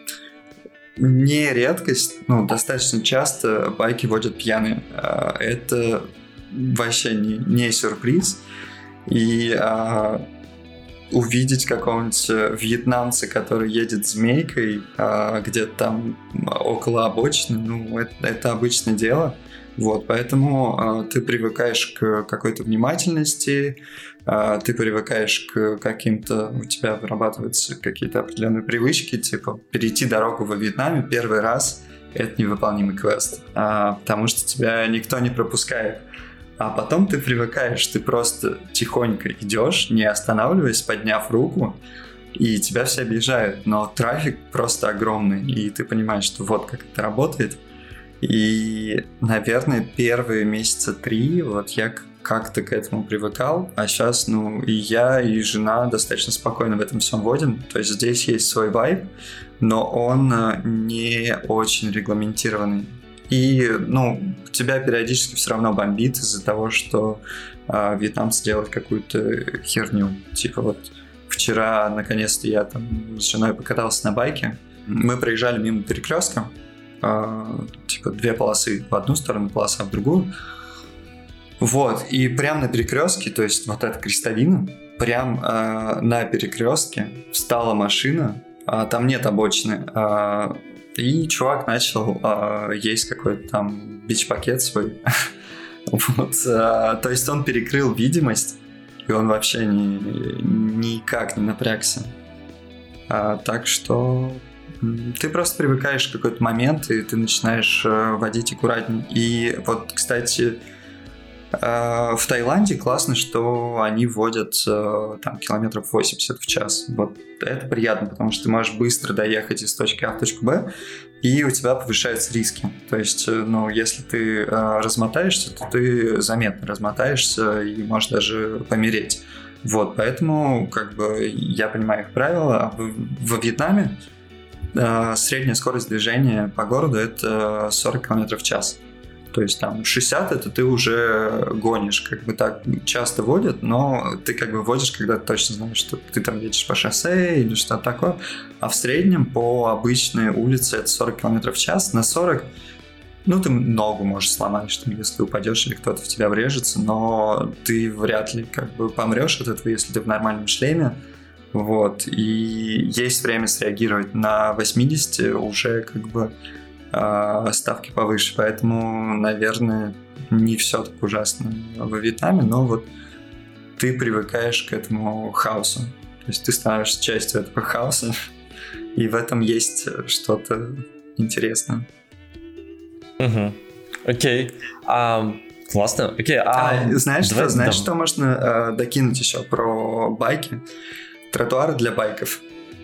S2: не редкость, ну, достаточно часто байки водят пьяные. Э, это вообще не, не сюрприз. И э, увидеть какого-нибудь вьетнамца, который едет змейкой а, где-то там около обочины, ну, это, это обычное дело. Вот, поэтому а, ты привыкаешь к какой-то внимательности, а, ты привыкаешь к каким-то... У тебя вырабатываются какие-то определенные привычки, типа перейти дорогу во Вьетнаме первый раз — это невыполнимый квест, а, потому что тебя никто не пропускает. А потом ты привыкаешь, ты просто тихонько идешь, не останавливаясь, подняв руку, и тебя все объезжают. Но трафик просто огромный, и ты понимаешь, что вот как это работает. И, наверное, первые месяца три вот я как-то к этому привыкал, а сейчас, ну, и я, и жена достаточно спокойно в этом всем водим. То есть здесь есть свой вайб, но он не очень регламентированный. И, ну, тебя периодически все равно бомбит из-за того, что э, вьетнамцы делают какую-то херню. Типа вот вчера, наконец-то, я там с женой покатался на байке. Мы проезжали мимо перекрестка. Э, типа две полосы в одну сторону, полоса в другую. Вот, и прямо на перекрестке, то есть вот эта крестовина, прям э, на перекрестке встала машина, э, там нет обочины, э, и чувак начал э, есть какой-то там бич-пакет свой. Вот, э, то есть он перекрыл видимость, и он вообще ни, никак не напрягся. А, так что ты просто привыкаешь в какой-то момент, и ты начинаешь э, водить аккуратнее. И вот, кстати, э, в Таиланде классно, что они водят э, там километров восемьдесят в час. Вот это приятно, потому что ты можешь быстро доехать из точки А в точку Б, и у тебя повышаются риски. То есть, ну, если ты э, размотаешься, то ты заметно размотаешься и можешь даже помереть. Вот, поэтому, как бы, я понимаю их правила. В, во Вьетнаме э, средняя скорость движения по городу — это сорок километров в час. То есть там шестьдесят — это ты уже гонишь, как бы так часто водят, но ты как бы водишь, когда ты точно знаешь, что ты там едешь по шоссе или что-то такое. А в среднем по обычной улице это сорок километров в час. На сорок, ну, ты ногу можешь сломать, что если упадешь или кто-то в тебя врежется, но ты вряд ли как бы помрешь от этого, если ты в нормальном шлеме. Вот. И есть время среагировать. На восьмидесяти уже как бы ставки повыше, поэтому, наверное, не все так ужасно во Вьетнаме, но вот ты привыкаешь к этому хаосу, то есть ты становишься частью этого хаоса, и в этом есть что-то интересное.
S1: Угу. Окей. А, классно. Окей. А,
S2: а, знаешь,
S1: давай,
S2: что, знаешь
S1: да.
S2: что можно а, докинуть еще про байки? Тротуары для байков.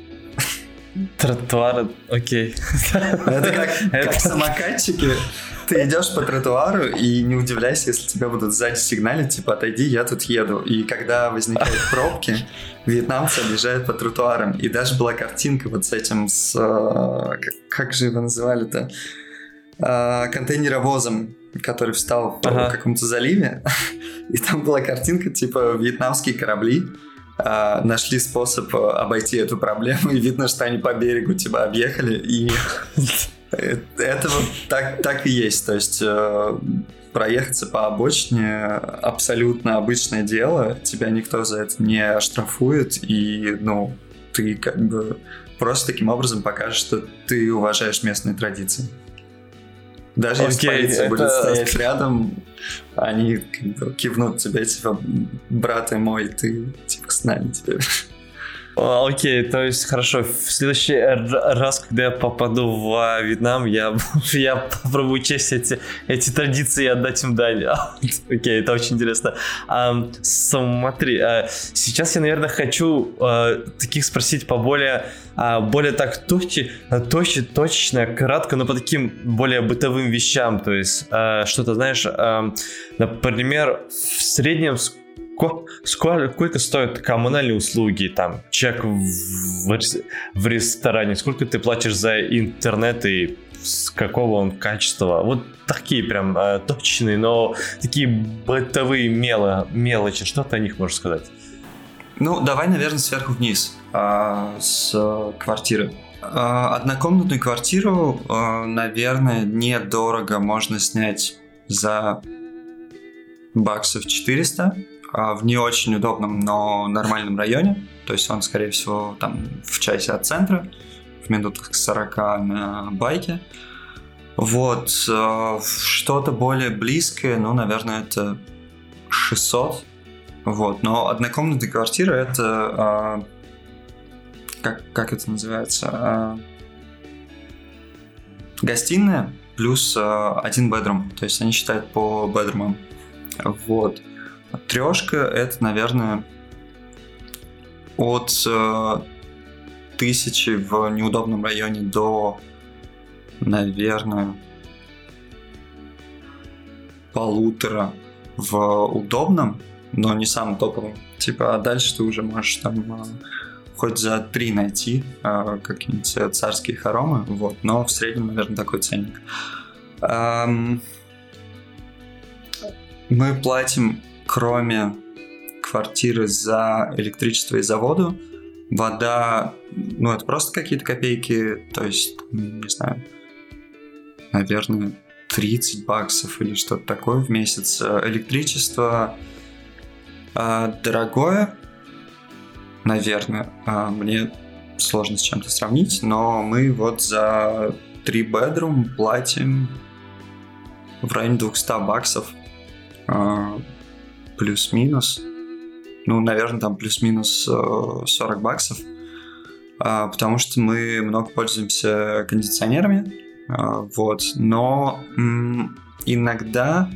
S1: Тротуары, окей.
S2: Это как, как самокатчики. Ты идешь по тротуару и не удивляйся, если тебя будут сзади сигналить, типа, отойди, я тут еду. И когда возникают пробки, вьетнамцы объезжают по тротуарам. И даже была картинка вот с этим, с... Как, как же его называли-то? Контейнеровозом, который встал ага. в каком-то заливе. И там была картинка, типа, вьетнамские корабли Uh, нашли способ обойти эту проблему, и видно, что они по берегу тебя объехали, и это вот так, так и есть. То есть uh, проехаться по обочине абсолютно обычное дело, тебя никто за это не оштрафует, и, ну, ты как бы просто таким образом покажешь, что ты уважаешь местные традиции. Даже okay, если полиция это... будет стоять рядом, они как бы кивнут тебе, типа, брат мой, ты типа с нами теперь.
S1: Окей, то есть хорошо, в следующий раз, когда я попаду в Вьетнам, я, я попробую честь эти, эти традиции и отдать им дань. Окей, это очень интересно. А, смотри, а, сейчас я, наверное, хочу а, таких спросить поболее, а, более так точно, точно, точно, кратко, но по таким более бытовым вещам. То есть а, что-то, знаешь, а, например, в среднем сколько, сколько стоят коммунальные услуги, там, чек в, в ресторане, сколько ты платишь за интернет и с какого он качества. Вот такие прям э, точные, но такие бытовые мело, мелочи. Что ты о них можешь сказать?
S2: Ну, давай, наверное, сверху вниз э, с э, квартиры. Э, однокомнатную квартиру, э, наверное, недорого можно снять за баксов четыреста. В не очень удобном, но нормальном районе. То есть он, скорее всего, там в часе от центра, в минутах сорока на байке. Вот. Что-то более близкое, ну, наверное, это шестьсот. Вот. Но однокомнатная квартира — это... Как, как это называется? Гостиная плюс один бедрум. То есть они считают по бедрумам. Вот. Трешка — это, наверное, от э, тысячи в неудобном районе до, наверное, полутора в удобном, но не самым топовым. Типа, а дальше ты уже можешь там э, хоть за три найти э, какие-нибудь царские хоромы, вот, но в среднем, наверное, такой ценник. Эм, мы платим, кроме квартиры, за электричество и за воду. Вода, ну, это просто какие-то копейки, то есть, не знаю, наверное, тридцать баксов или что-то такое в месяц. Электричество э, дорогое, наверное, э, мне сложно с чем-то сравнить, но мы вот за три бедрум платим в районе двести баксов. Э, плюс-минус. Ну, наверное, там плюс-минус сорок баксов. Потому что мы много пользуемся кондиционерами. Вот. Но м- иногда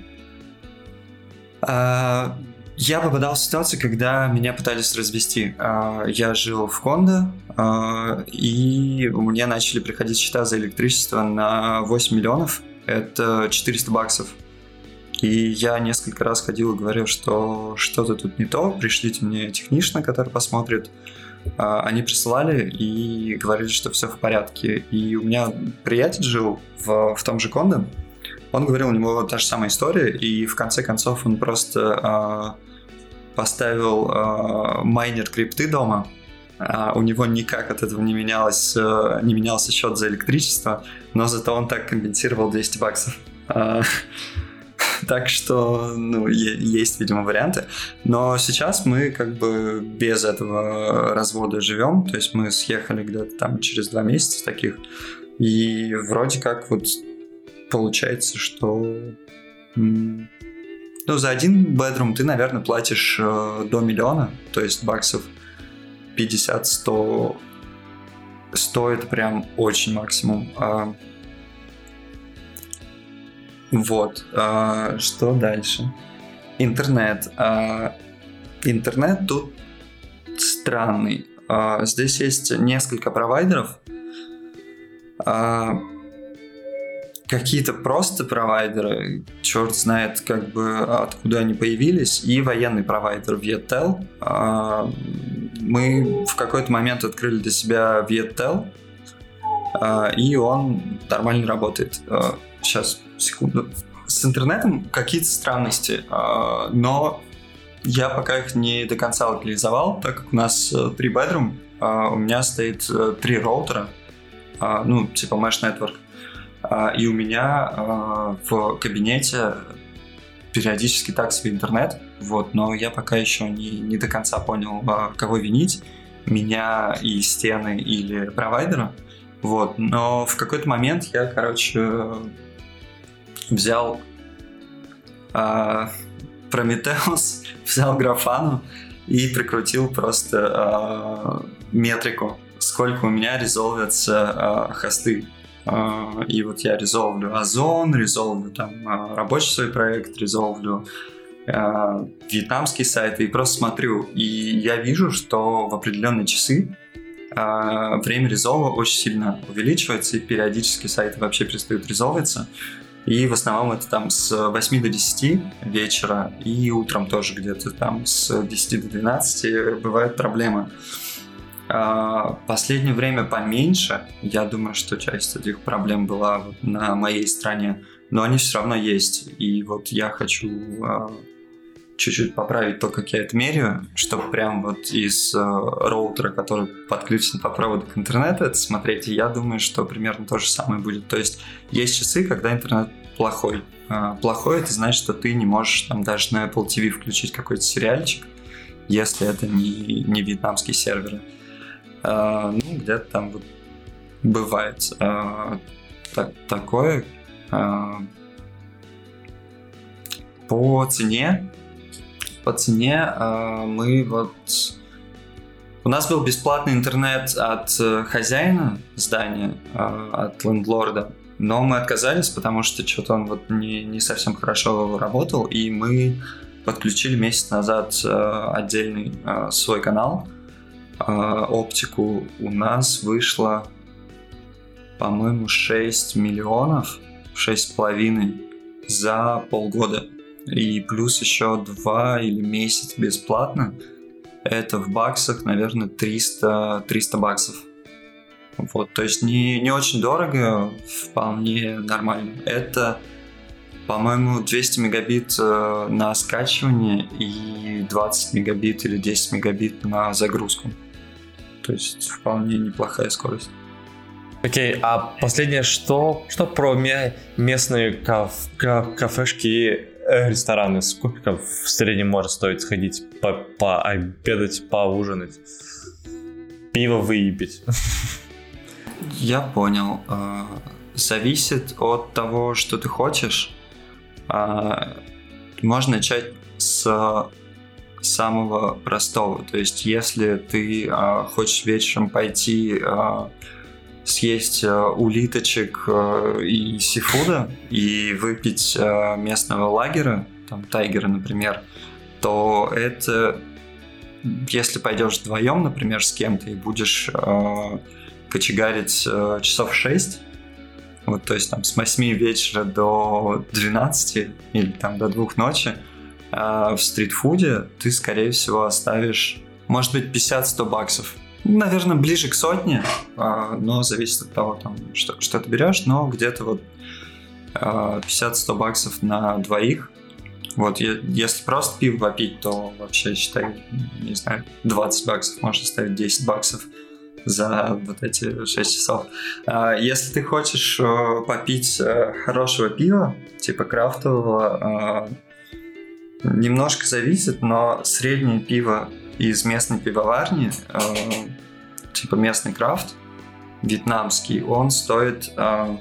S2: а, я попадал в ситуацию, когда меня пытались развести. А, я жил в кондо, а, и мне начали приходить счета за электричество на восемь миллионов. Это четыреста баксов. И я несколько раз ходил и говорил, что что-то тут не то, пришлите мне техничного, который посмотрит. Они присылали и говорили, что все в порядке. И у меня приятель жил в, в том же кондо. Он говорил, у него та же самая история, и в конце концов он просто э, поставил э, майнер крипты дома. А у него никак от этого не, менялось, э, не менялся счет за электричество, но зато он так компенсировал двести баксов. Так что, ну, есть, видимо, варианты. Но сейчас мы как бы без этого развода живем. То есть мы съехали где-то там через два месяца таких. И вроде как вот получается, что... Ну, за один бедрум ты, наверное, платишь э, до миллиона. То есть баксов пятьдесят-сто. сто это прям очень максимум. А Вот, а, что дальше? Интернет. А, интернет тут странный. А, здесь есть несколько провайдеров. А, какие-то просто провайдеры, черт знает, как бы откуда они появились, и военный провайдер Viettel. А, мы в какой-то момент открыли для себя Viettel, а, и он нормально работает. А, сейчас, секунду. С интернетом какие-то странности, но я пока их не до конца локализовал, так как у нас три бедрум, у меня стоит три роутера, ну, типа Mesh Network, и у меня в кабинете периодически так себе интернет, вот, но я пока еще не, не до конца понял, кого винить, меня и стены или провайдера, вот, но в какой-то момент я, короче... взял э, Prometheus, взял Grafana и прикрутил просто метрику, сколько у меня резолвятся э, хосты. Э, и вот я резолвлю Озон, резолвлю там э, рабочий свой проект, резолвлю э, вьетнамские сайты и просто смотрю. И я вижу, что в определенные часы э, время резолва очень сильно увеличивается, и периодически сайты вообще перестают резолвиться. И в основном это там с восьми до десяти вечера, и утром тоже где-то там с десяти до двенадцати бывают проблемы. В последнее время поменьше. Я думаю, что часть этих проблем была вот на моей стороне, но они все равно есть. И вот я хочу чуть-чуть поправить то, как я это меряю, чтобы прям вот из роутера, который подключен по проводу к интернету, это смотреть. И я думаю, что примерно то же самое будет. То есть есть часы, когда интернет плохой. Плохой — это значит, что ты не можешь там даже на Apple ти ви включить какой-то сериальчик, если это не, не вьетнамские серверы. Ну, где-то там вот бывает так, такое. По цене По цене э, мы вот... У нас был бесплатный интернет от э, хозяина здания, э, от лендлорда, но мы отказались, потому что что-то он вот не, не совсем хорошо работал, и мы подключили месяц назад э, отдельный э, свой канал. Э, оптику у нас вышло, по-моему, шесть миллионов, шесть с половиной за полгода. И плюс еще два или месяц бесплатно. Это в баксах, наверное, триста, триста баксов. Вот, то есть не, не очень дорого, вполне нормально. Это, по-моему, двести мегабит на скачивание и двадцать мегабит или десять мегабит на загрузку. То есть вполне неплохая скорость.
S1: Окей, okay, а последнее, что, что про местные каф, каф, кафешки и рестораны? Сколько в среднем может стоить сходить по, пообедать, поужинать, пиво выпить?
S2: Я понял. Зависит от того, что ты хочешь. Можно начать с самого простого. То есть, если ты хочешь вечером пойти съесть улиточек и сифуда и выпить местного лагера, там тайгера, например, то это, если пойдешь вдвоем, например, с кем-то и будешь э, кочегарить э, часов шесть, вот, то есть там с восьми вечера до двенадцати или там до двух ночи э, в стритфуде ты, скорее всего, оставишь, может быть, пятьдесят-сто баксов. Наверное, ближе к сотне, но зависит от того, там, что, что ты берешь, но где-то вот пятьдесят-сто баксов на двоих. Вот, если просто пиво попить, то вообще, считай, не знаю, двадцать баксов, можно ставить десять баксов за вот эти шесть часов. Если ты хочешь попить хорошего пива, типа крафтового, немножко зависит, но среднее пиво из местной пивоварни, э, типа местный крафт, вьетнамский, он стоит, э,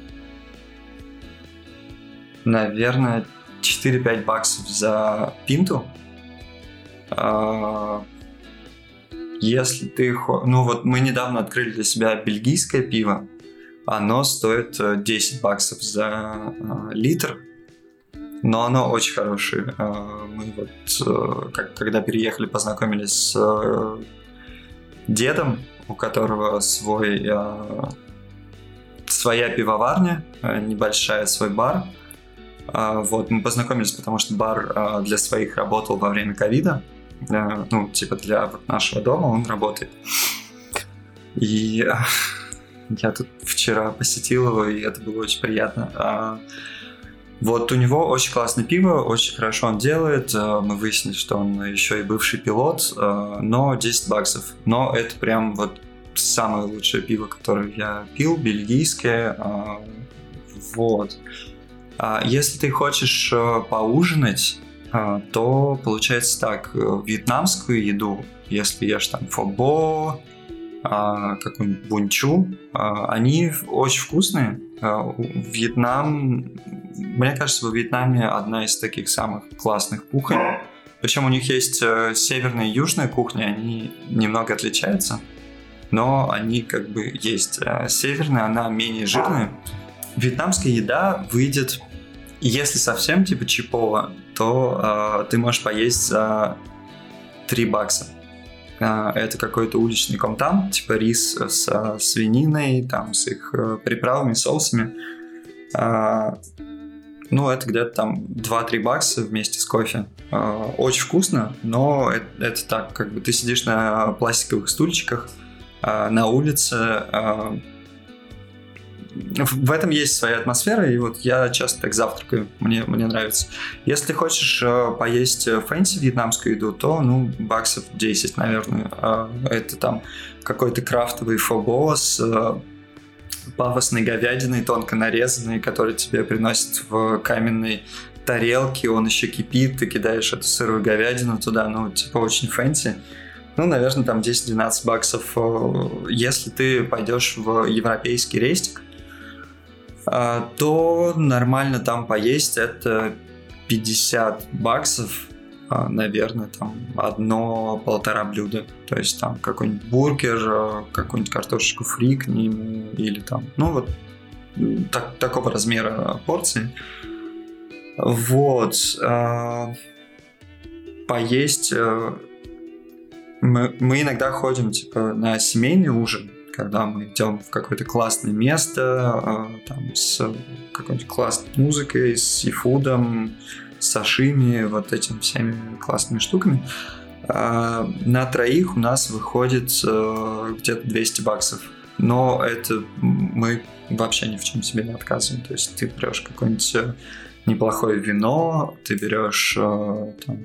S2: наверное, четыре-пять баксов за пинту. Э, если ты... Ну вот мы недавно открыли для себя бельгийское пиво, оно стоит десять баксов за э, литр. Но оно очень хорошее. Мы вот, как, когда переехали, познакомились с дедом, у которого свой, своя пивоварня, небольшая, свой бар. Вот, мы познакомились, потому что бар для своих работал во время ковида. Ну, типа для вот нашего дома он работает. И я тут вчера посетил его, и это было очень приятно. Вот у него очень классное пиво, очень хорошо он делает. Мы выяснили, что он еще и бывший пилот, но десять баксов. Но это прям вот самое лучшее пиво, которое я пил, бельгийское. Вот. Если ты хочешь поужинать, то получается так. Вьетнамскую еду, если ешь там фобо, какой-нибудь бунчу, они очень вкусные. Вьетнам, мне кажется, во Вьетнаме одна из таких самых классных кухонь. Причем у них есть северная и южная кухня, они немного отличаются. но они как бы есть. Северная, она менее жирная. Вьетнамская еда выйдет, если совсем типа чипово, то э, ты можешь поесть за три бакса. Э, это какой-то уличный комтам, типа рис с свининой, там, с их э, приправами, соусами. Э, ну, это где-то там два-три бакса вместе с кофе. Э, очень вкусно, но это, это так, как бы ты сидишь на пластиковых стульчиках э, на улице. Э, В этом есть своя атмосфера, и вот я часто так завтракаю, мне, мне нравится. Если хочешь э, поесть фэнси вьетнамскую еду, то, ну, баксов десять, наверное. Э, это там какой-то крафтовый фобо с э, пафосной говядиной, тонко нарезанной, который тебе приносят в каменной тарелке, он еще кипит, ты кидаешь эту сырую говядину туда, ну, типа очень фэнси. Ну, наверное, там десять-двенадцать баксов. Если ты пойдешь в европейский рестик, то нормально там поесть это пятьдесят баксов, наверное, там одно-полтора блюда. То есть там какой-нибудь бургер, какую-нибудь картошечку фри к ним, или там, ну вот так, такого размера порции. Вот. Поесть... Мы, мы иногда ходим типа на семейный ужин, когда мы идем в какое-то классное место, э, там, с какой-нибудь классной музыкой, с сифудом, с сашими, вот этими всеми классными штуками. Э, на троих у нас выходит э, где-то двести баксов. Но это мы вообще ни в чем себе не отказываем. То есть ты берешь какое-нибудь неплохое вино, ты берешь э, там,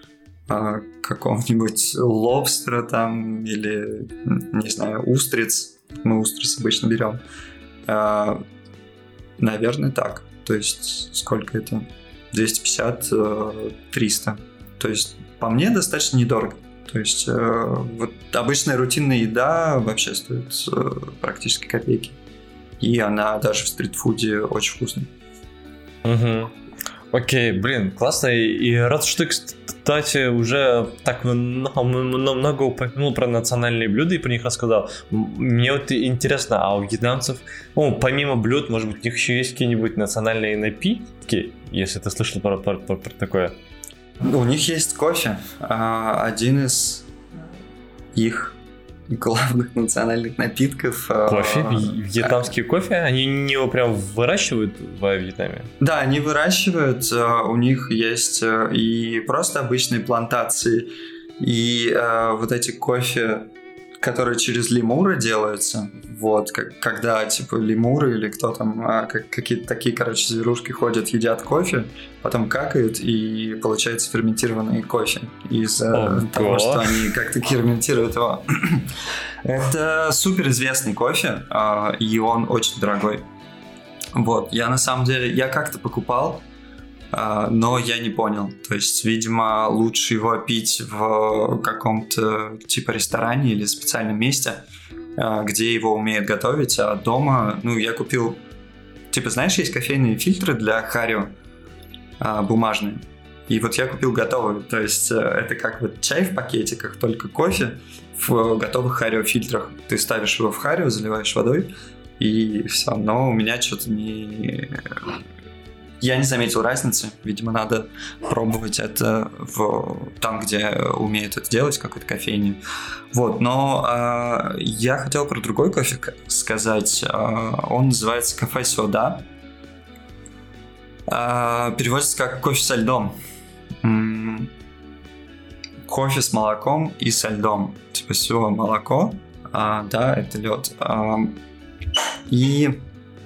S2: какого-нибудь лобстера там или, не знаю, устриц. Мы устриц обычно берем. А, наверное, так. То есть, сколько это? двести пятьдесят - триста. То есть, по мне, достаточно недорого. То есть, вот обычная рутинная еда вообще стоит практически копейки. И она даже в стритфуде очень вкусная.
S1: Угу. Окей, блин, классно. И раз что ты, кстати, уже так много упомянул про национальные блюда и про них рассказал, мне вот интересно, а у вьетнамцев, ну, помимо блюд, может быть, у них еще есть какие-нибудь национальные напитки, если ты слышал про, про, про, про такое?
S2: У них есть кофе. Один из их главных национальных напитков.
S1: Кофе? Вьетнамский кофе? Они его прям выращивают во Вьетнаме?
S2: Да, они выращивают. У них есть и просто обычные плантации, и э, вот эти кофе, которые через лемуры делаются. Вот, как, когда типа лемуры или кто там, как, какие-то такие, короче, зверушки ходят, едят кофе, потом какают, и получается ферментированный кофе из-за Ого. того, что они как-то ферментируют его. Это суперизвестный кофе, и он очень дорогой. Вот, я на самом деле, я как-то покупал, но я не понял. То есть, видимо, лучше его пить в каком-то типа ресторане или специальном месте, где его умеют готовить, а дома, ну, я купил, типа, знаешь, есть кофейные фильтры для харио, бумажные, и вот я купил готовый, то есть это как вот чай в пакетиках, только кофе в готовых харио фильтрах. Ты ставишь его в харио, заливаешь водой, и все, но у меня что-то не... Я не заметил разницы, видимо, надо пробовать это в... там, где умеют это делать, какой-то кофейне. Вот, но э, я хотел про другой кофе сказать. Э, он называется кафе Сода. Э, переводится как кофе со льдом. М-м- кофе с молоком и со льдом. Типа все молоко, а, да, это лед. Э, и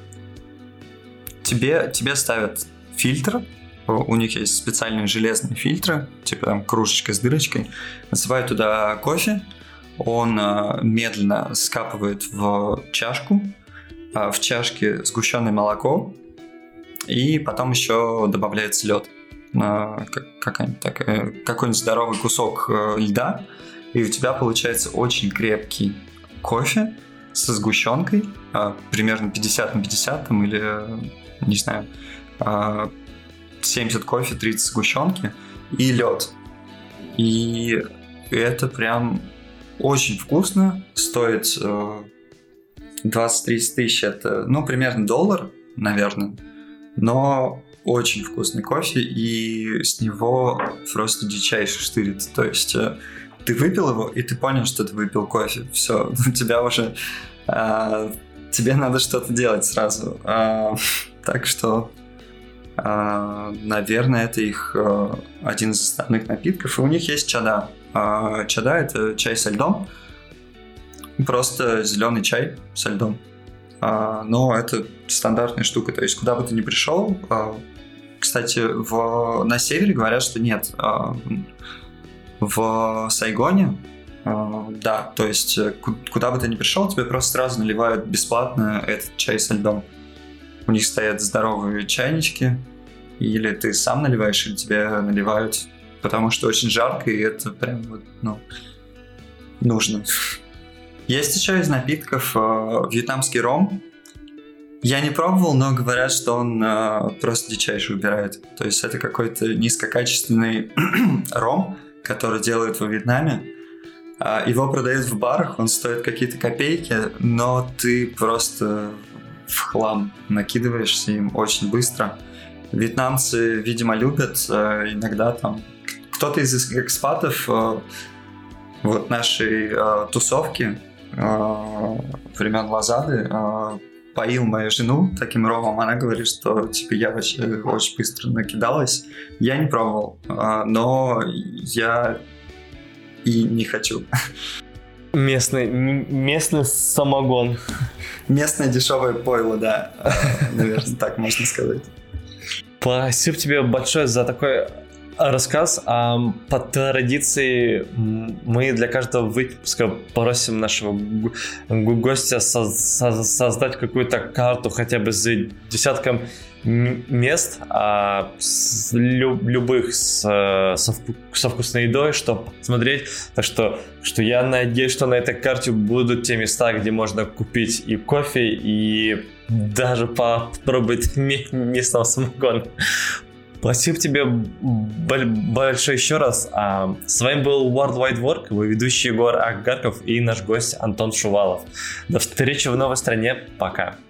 S2: Тебе, тебе ставят фильтр, у них есть специальные железные фильтры, типа там кружечка с дырочкой, насыпают туда кофе, он э, медленно скапывает в чашку, э, в чашке сгущенное молоко, и потом еще добавляется лед, э, как, так, э, какой-нибудь здоровый кусок э, льда, и у тебя получается очень крепкий кофе со сгущенкой, э, примерно пятьдесят на пятьдесят там, или... не знаю, семьдесят кофе, тридцать сгущенки и лед. И это прям очень вкусно, стоит э, двадцать-тридцать тысяч, это, ну, примерно доллар, наверное, но очень вкусный кофе, и с него просто дичайше штырит. То есть э, ты выпил его, и ты понял, что ты выпил кофе. Все, у тебя уже... Э, тебе надо что-то делать сразу. Э, так что, э, наверное, это их э, один из основных напитков. И у них есть чада. Э, чада — это чай со льдом. Просто зеленый чай со льдом. Э, но это стандартная штука. То есть куда бы ты ни пришел... Э, Кстати, в, на севере говорят, что нет. В Сайгоне, да, то есть куда бы ты ни пришел, тебе просто сразу наливают бесплатно этот чай со льдом. У них стоят здоровые чайнички, или ты сам наливаешь, или тебе наливают, потому что очень жарко, и это прям вот, ну, нужно. Есть еще из напитков вьетнамский ром. Я не пробовал, но говорят, что он э, просто дичайше убирает. То есть это какой-то низкокачественный ром, который делают во Вьетнаме. Э, его продают в барах, он стоит какие-то копейки, но ты просто в хлам накидываешься им очень быстро. Вьетнамцы, видимо, любят э, иногда там... Кто-то из экспатов э, вот нашей э, тусовки э, времен Лазады э, поил мою жену таким ромом, она говорит, что типа я вообще очень быстро накидалась. Я не пробовал, но я и не хочу.
S1: Местный, местный самогон.
S2: Местное дешевое пойло, да. Наверное, так можно сказать.
S1: Спасибо тебе большое за такой рассказ. По традиции мы для каждого выпуска просим нашего гостя создать какую-то карту хотя бы с десятком мест, с любых со вкусной едой, чтобы смотреть. Так что, что я надеюсь, что на этой карте будут те места, где можно купить и кофе, и даже попробовать местного самогона. Спасибо тебе большое еще раз. А, с вами был World Wide Work, его ведущий Егор Агарков и наш гость Антон Шувалов. До встречи в новой стране. Пока.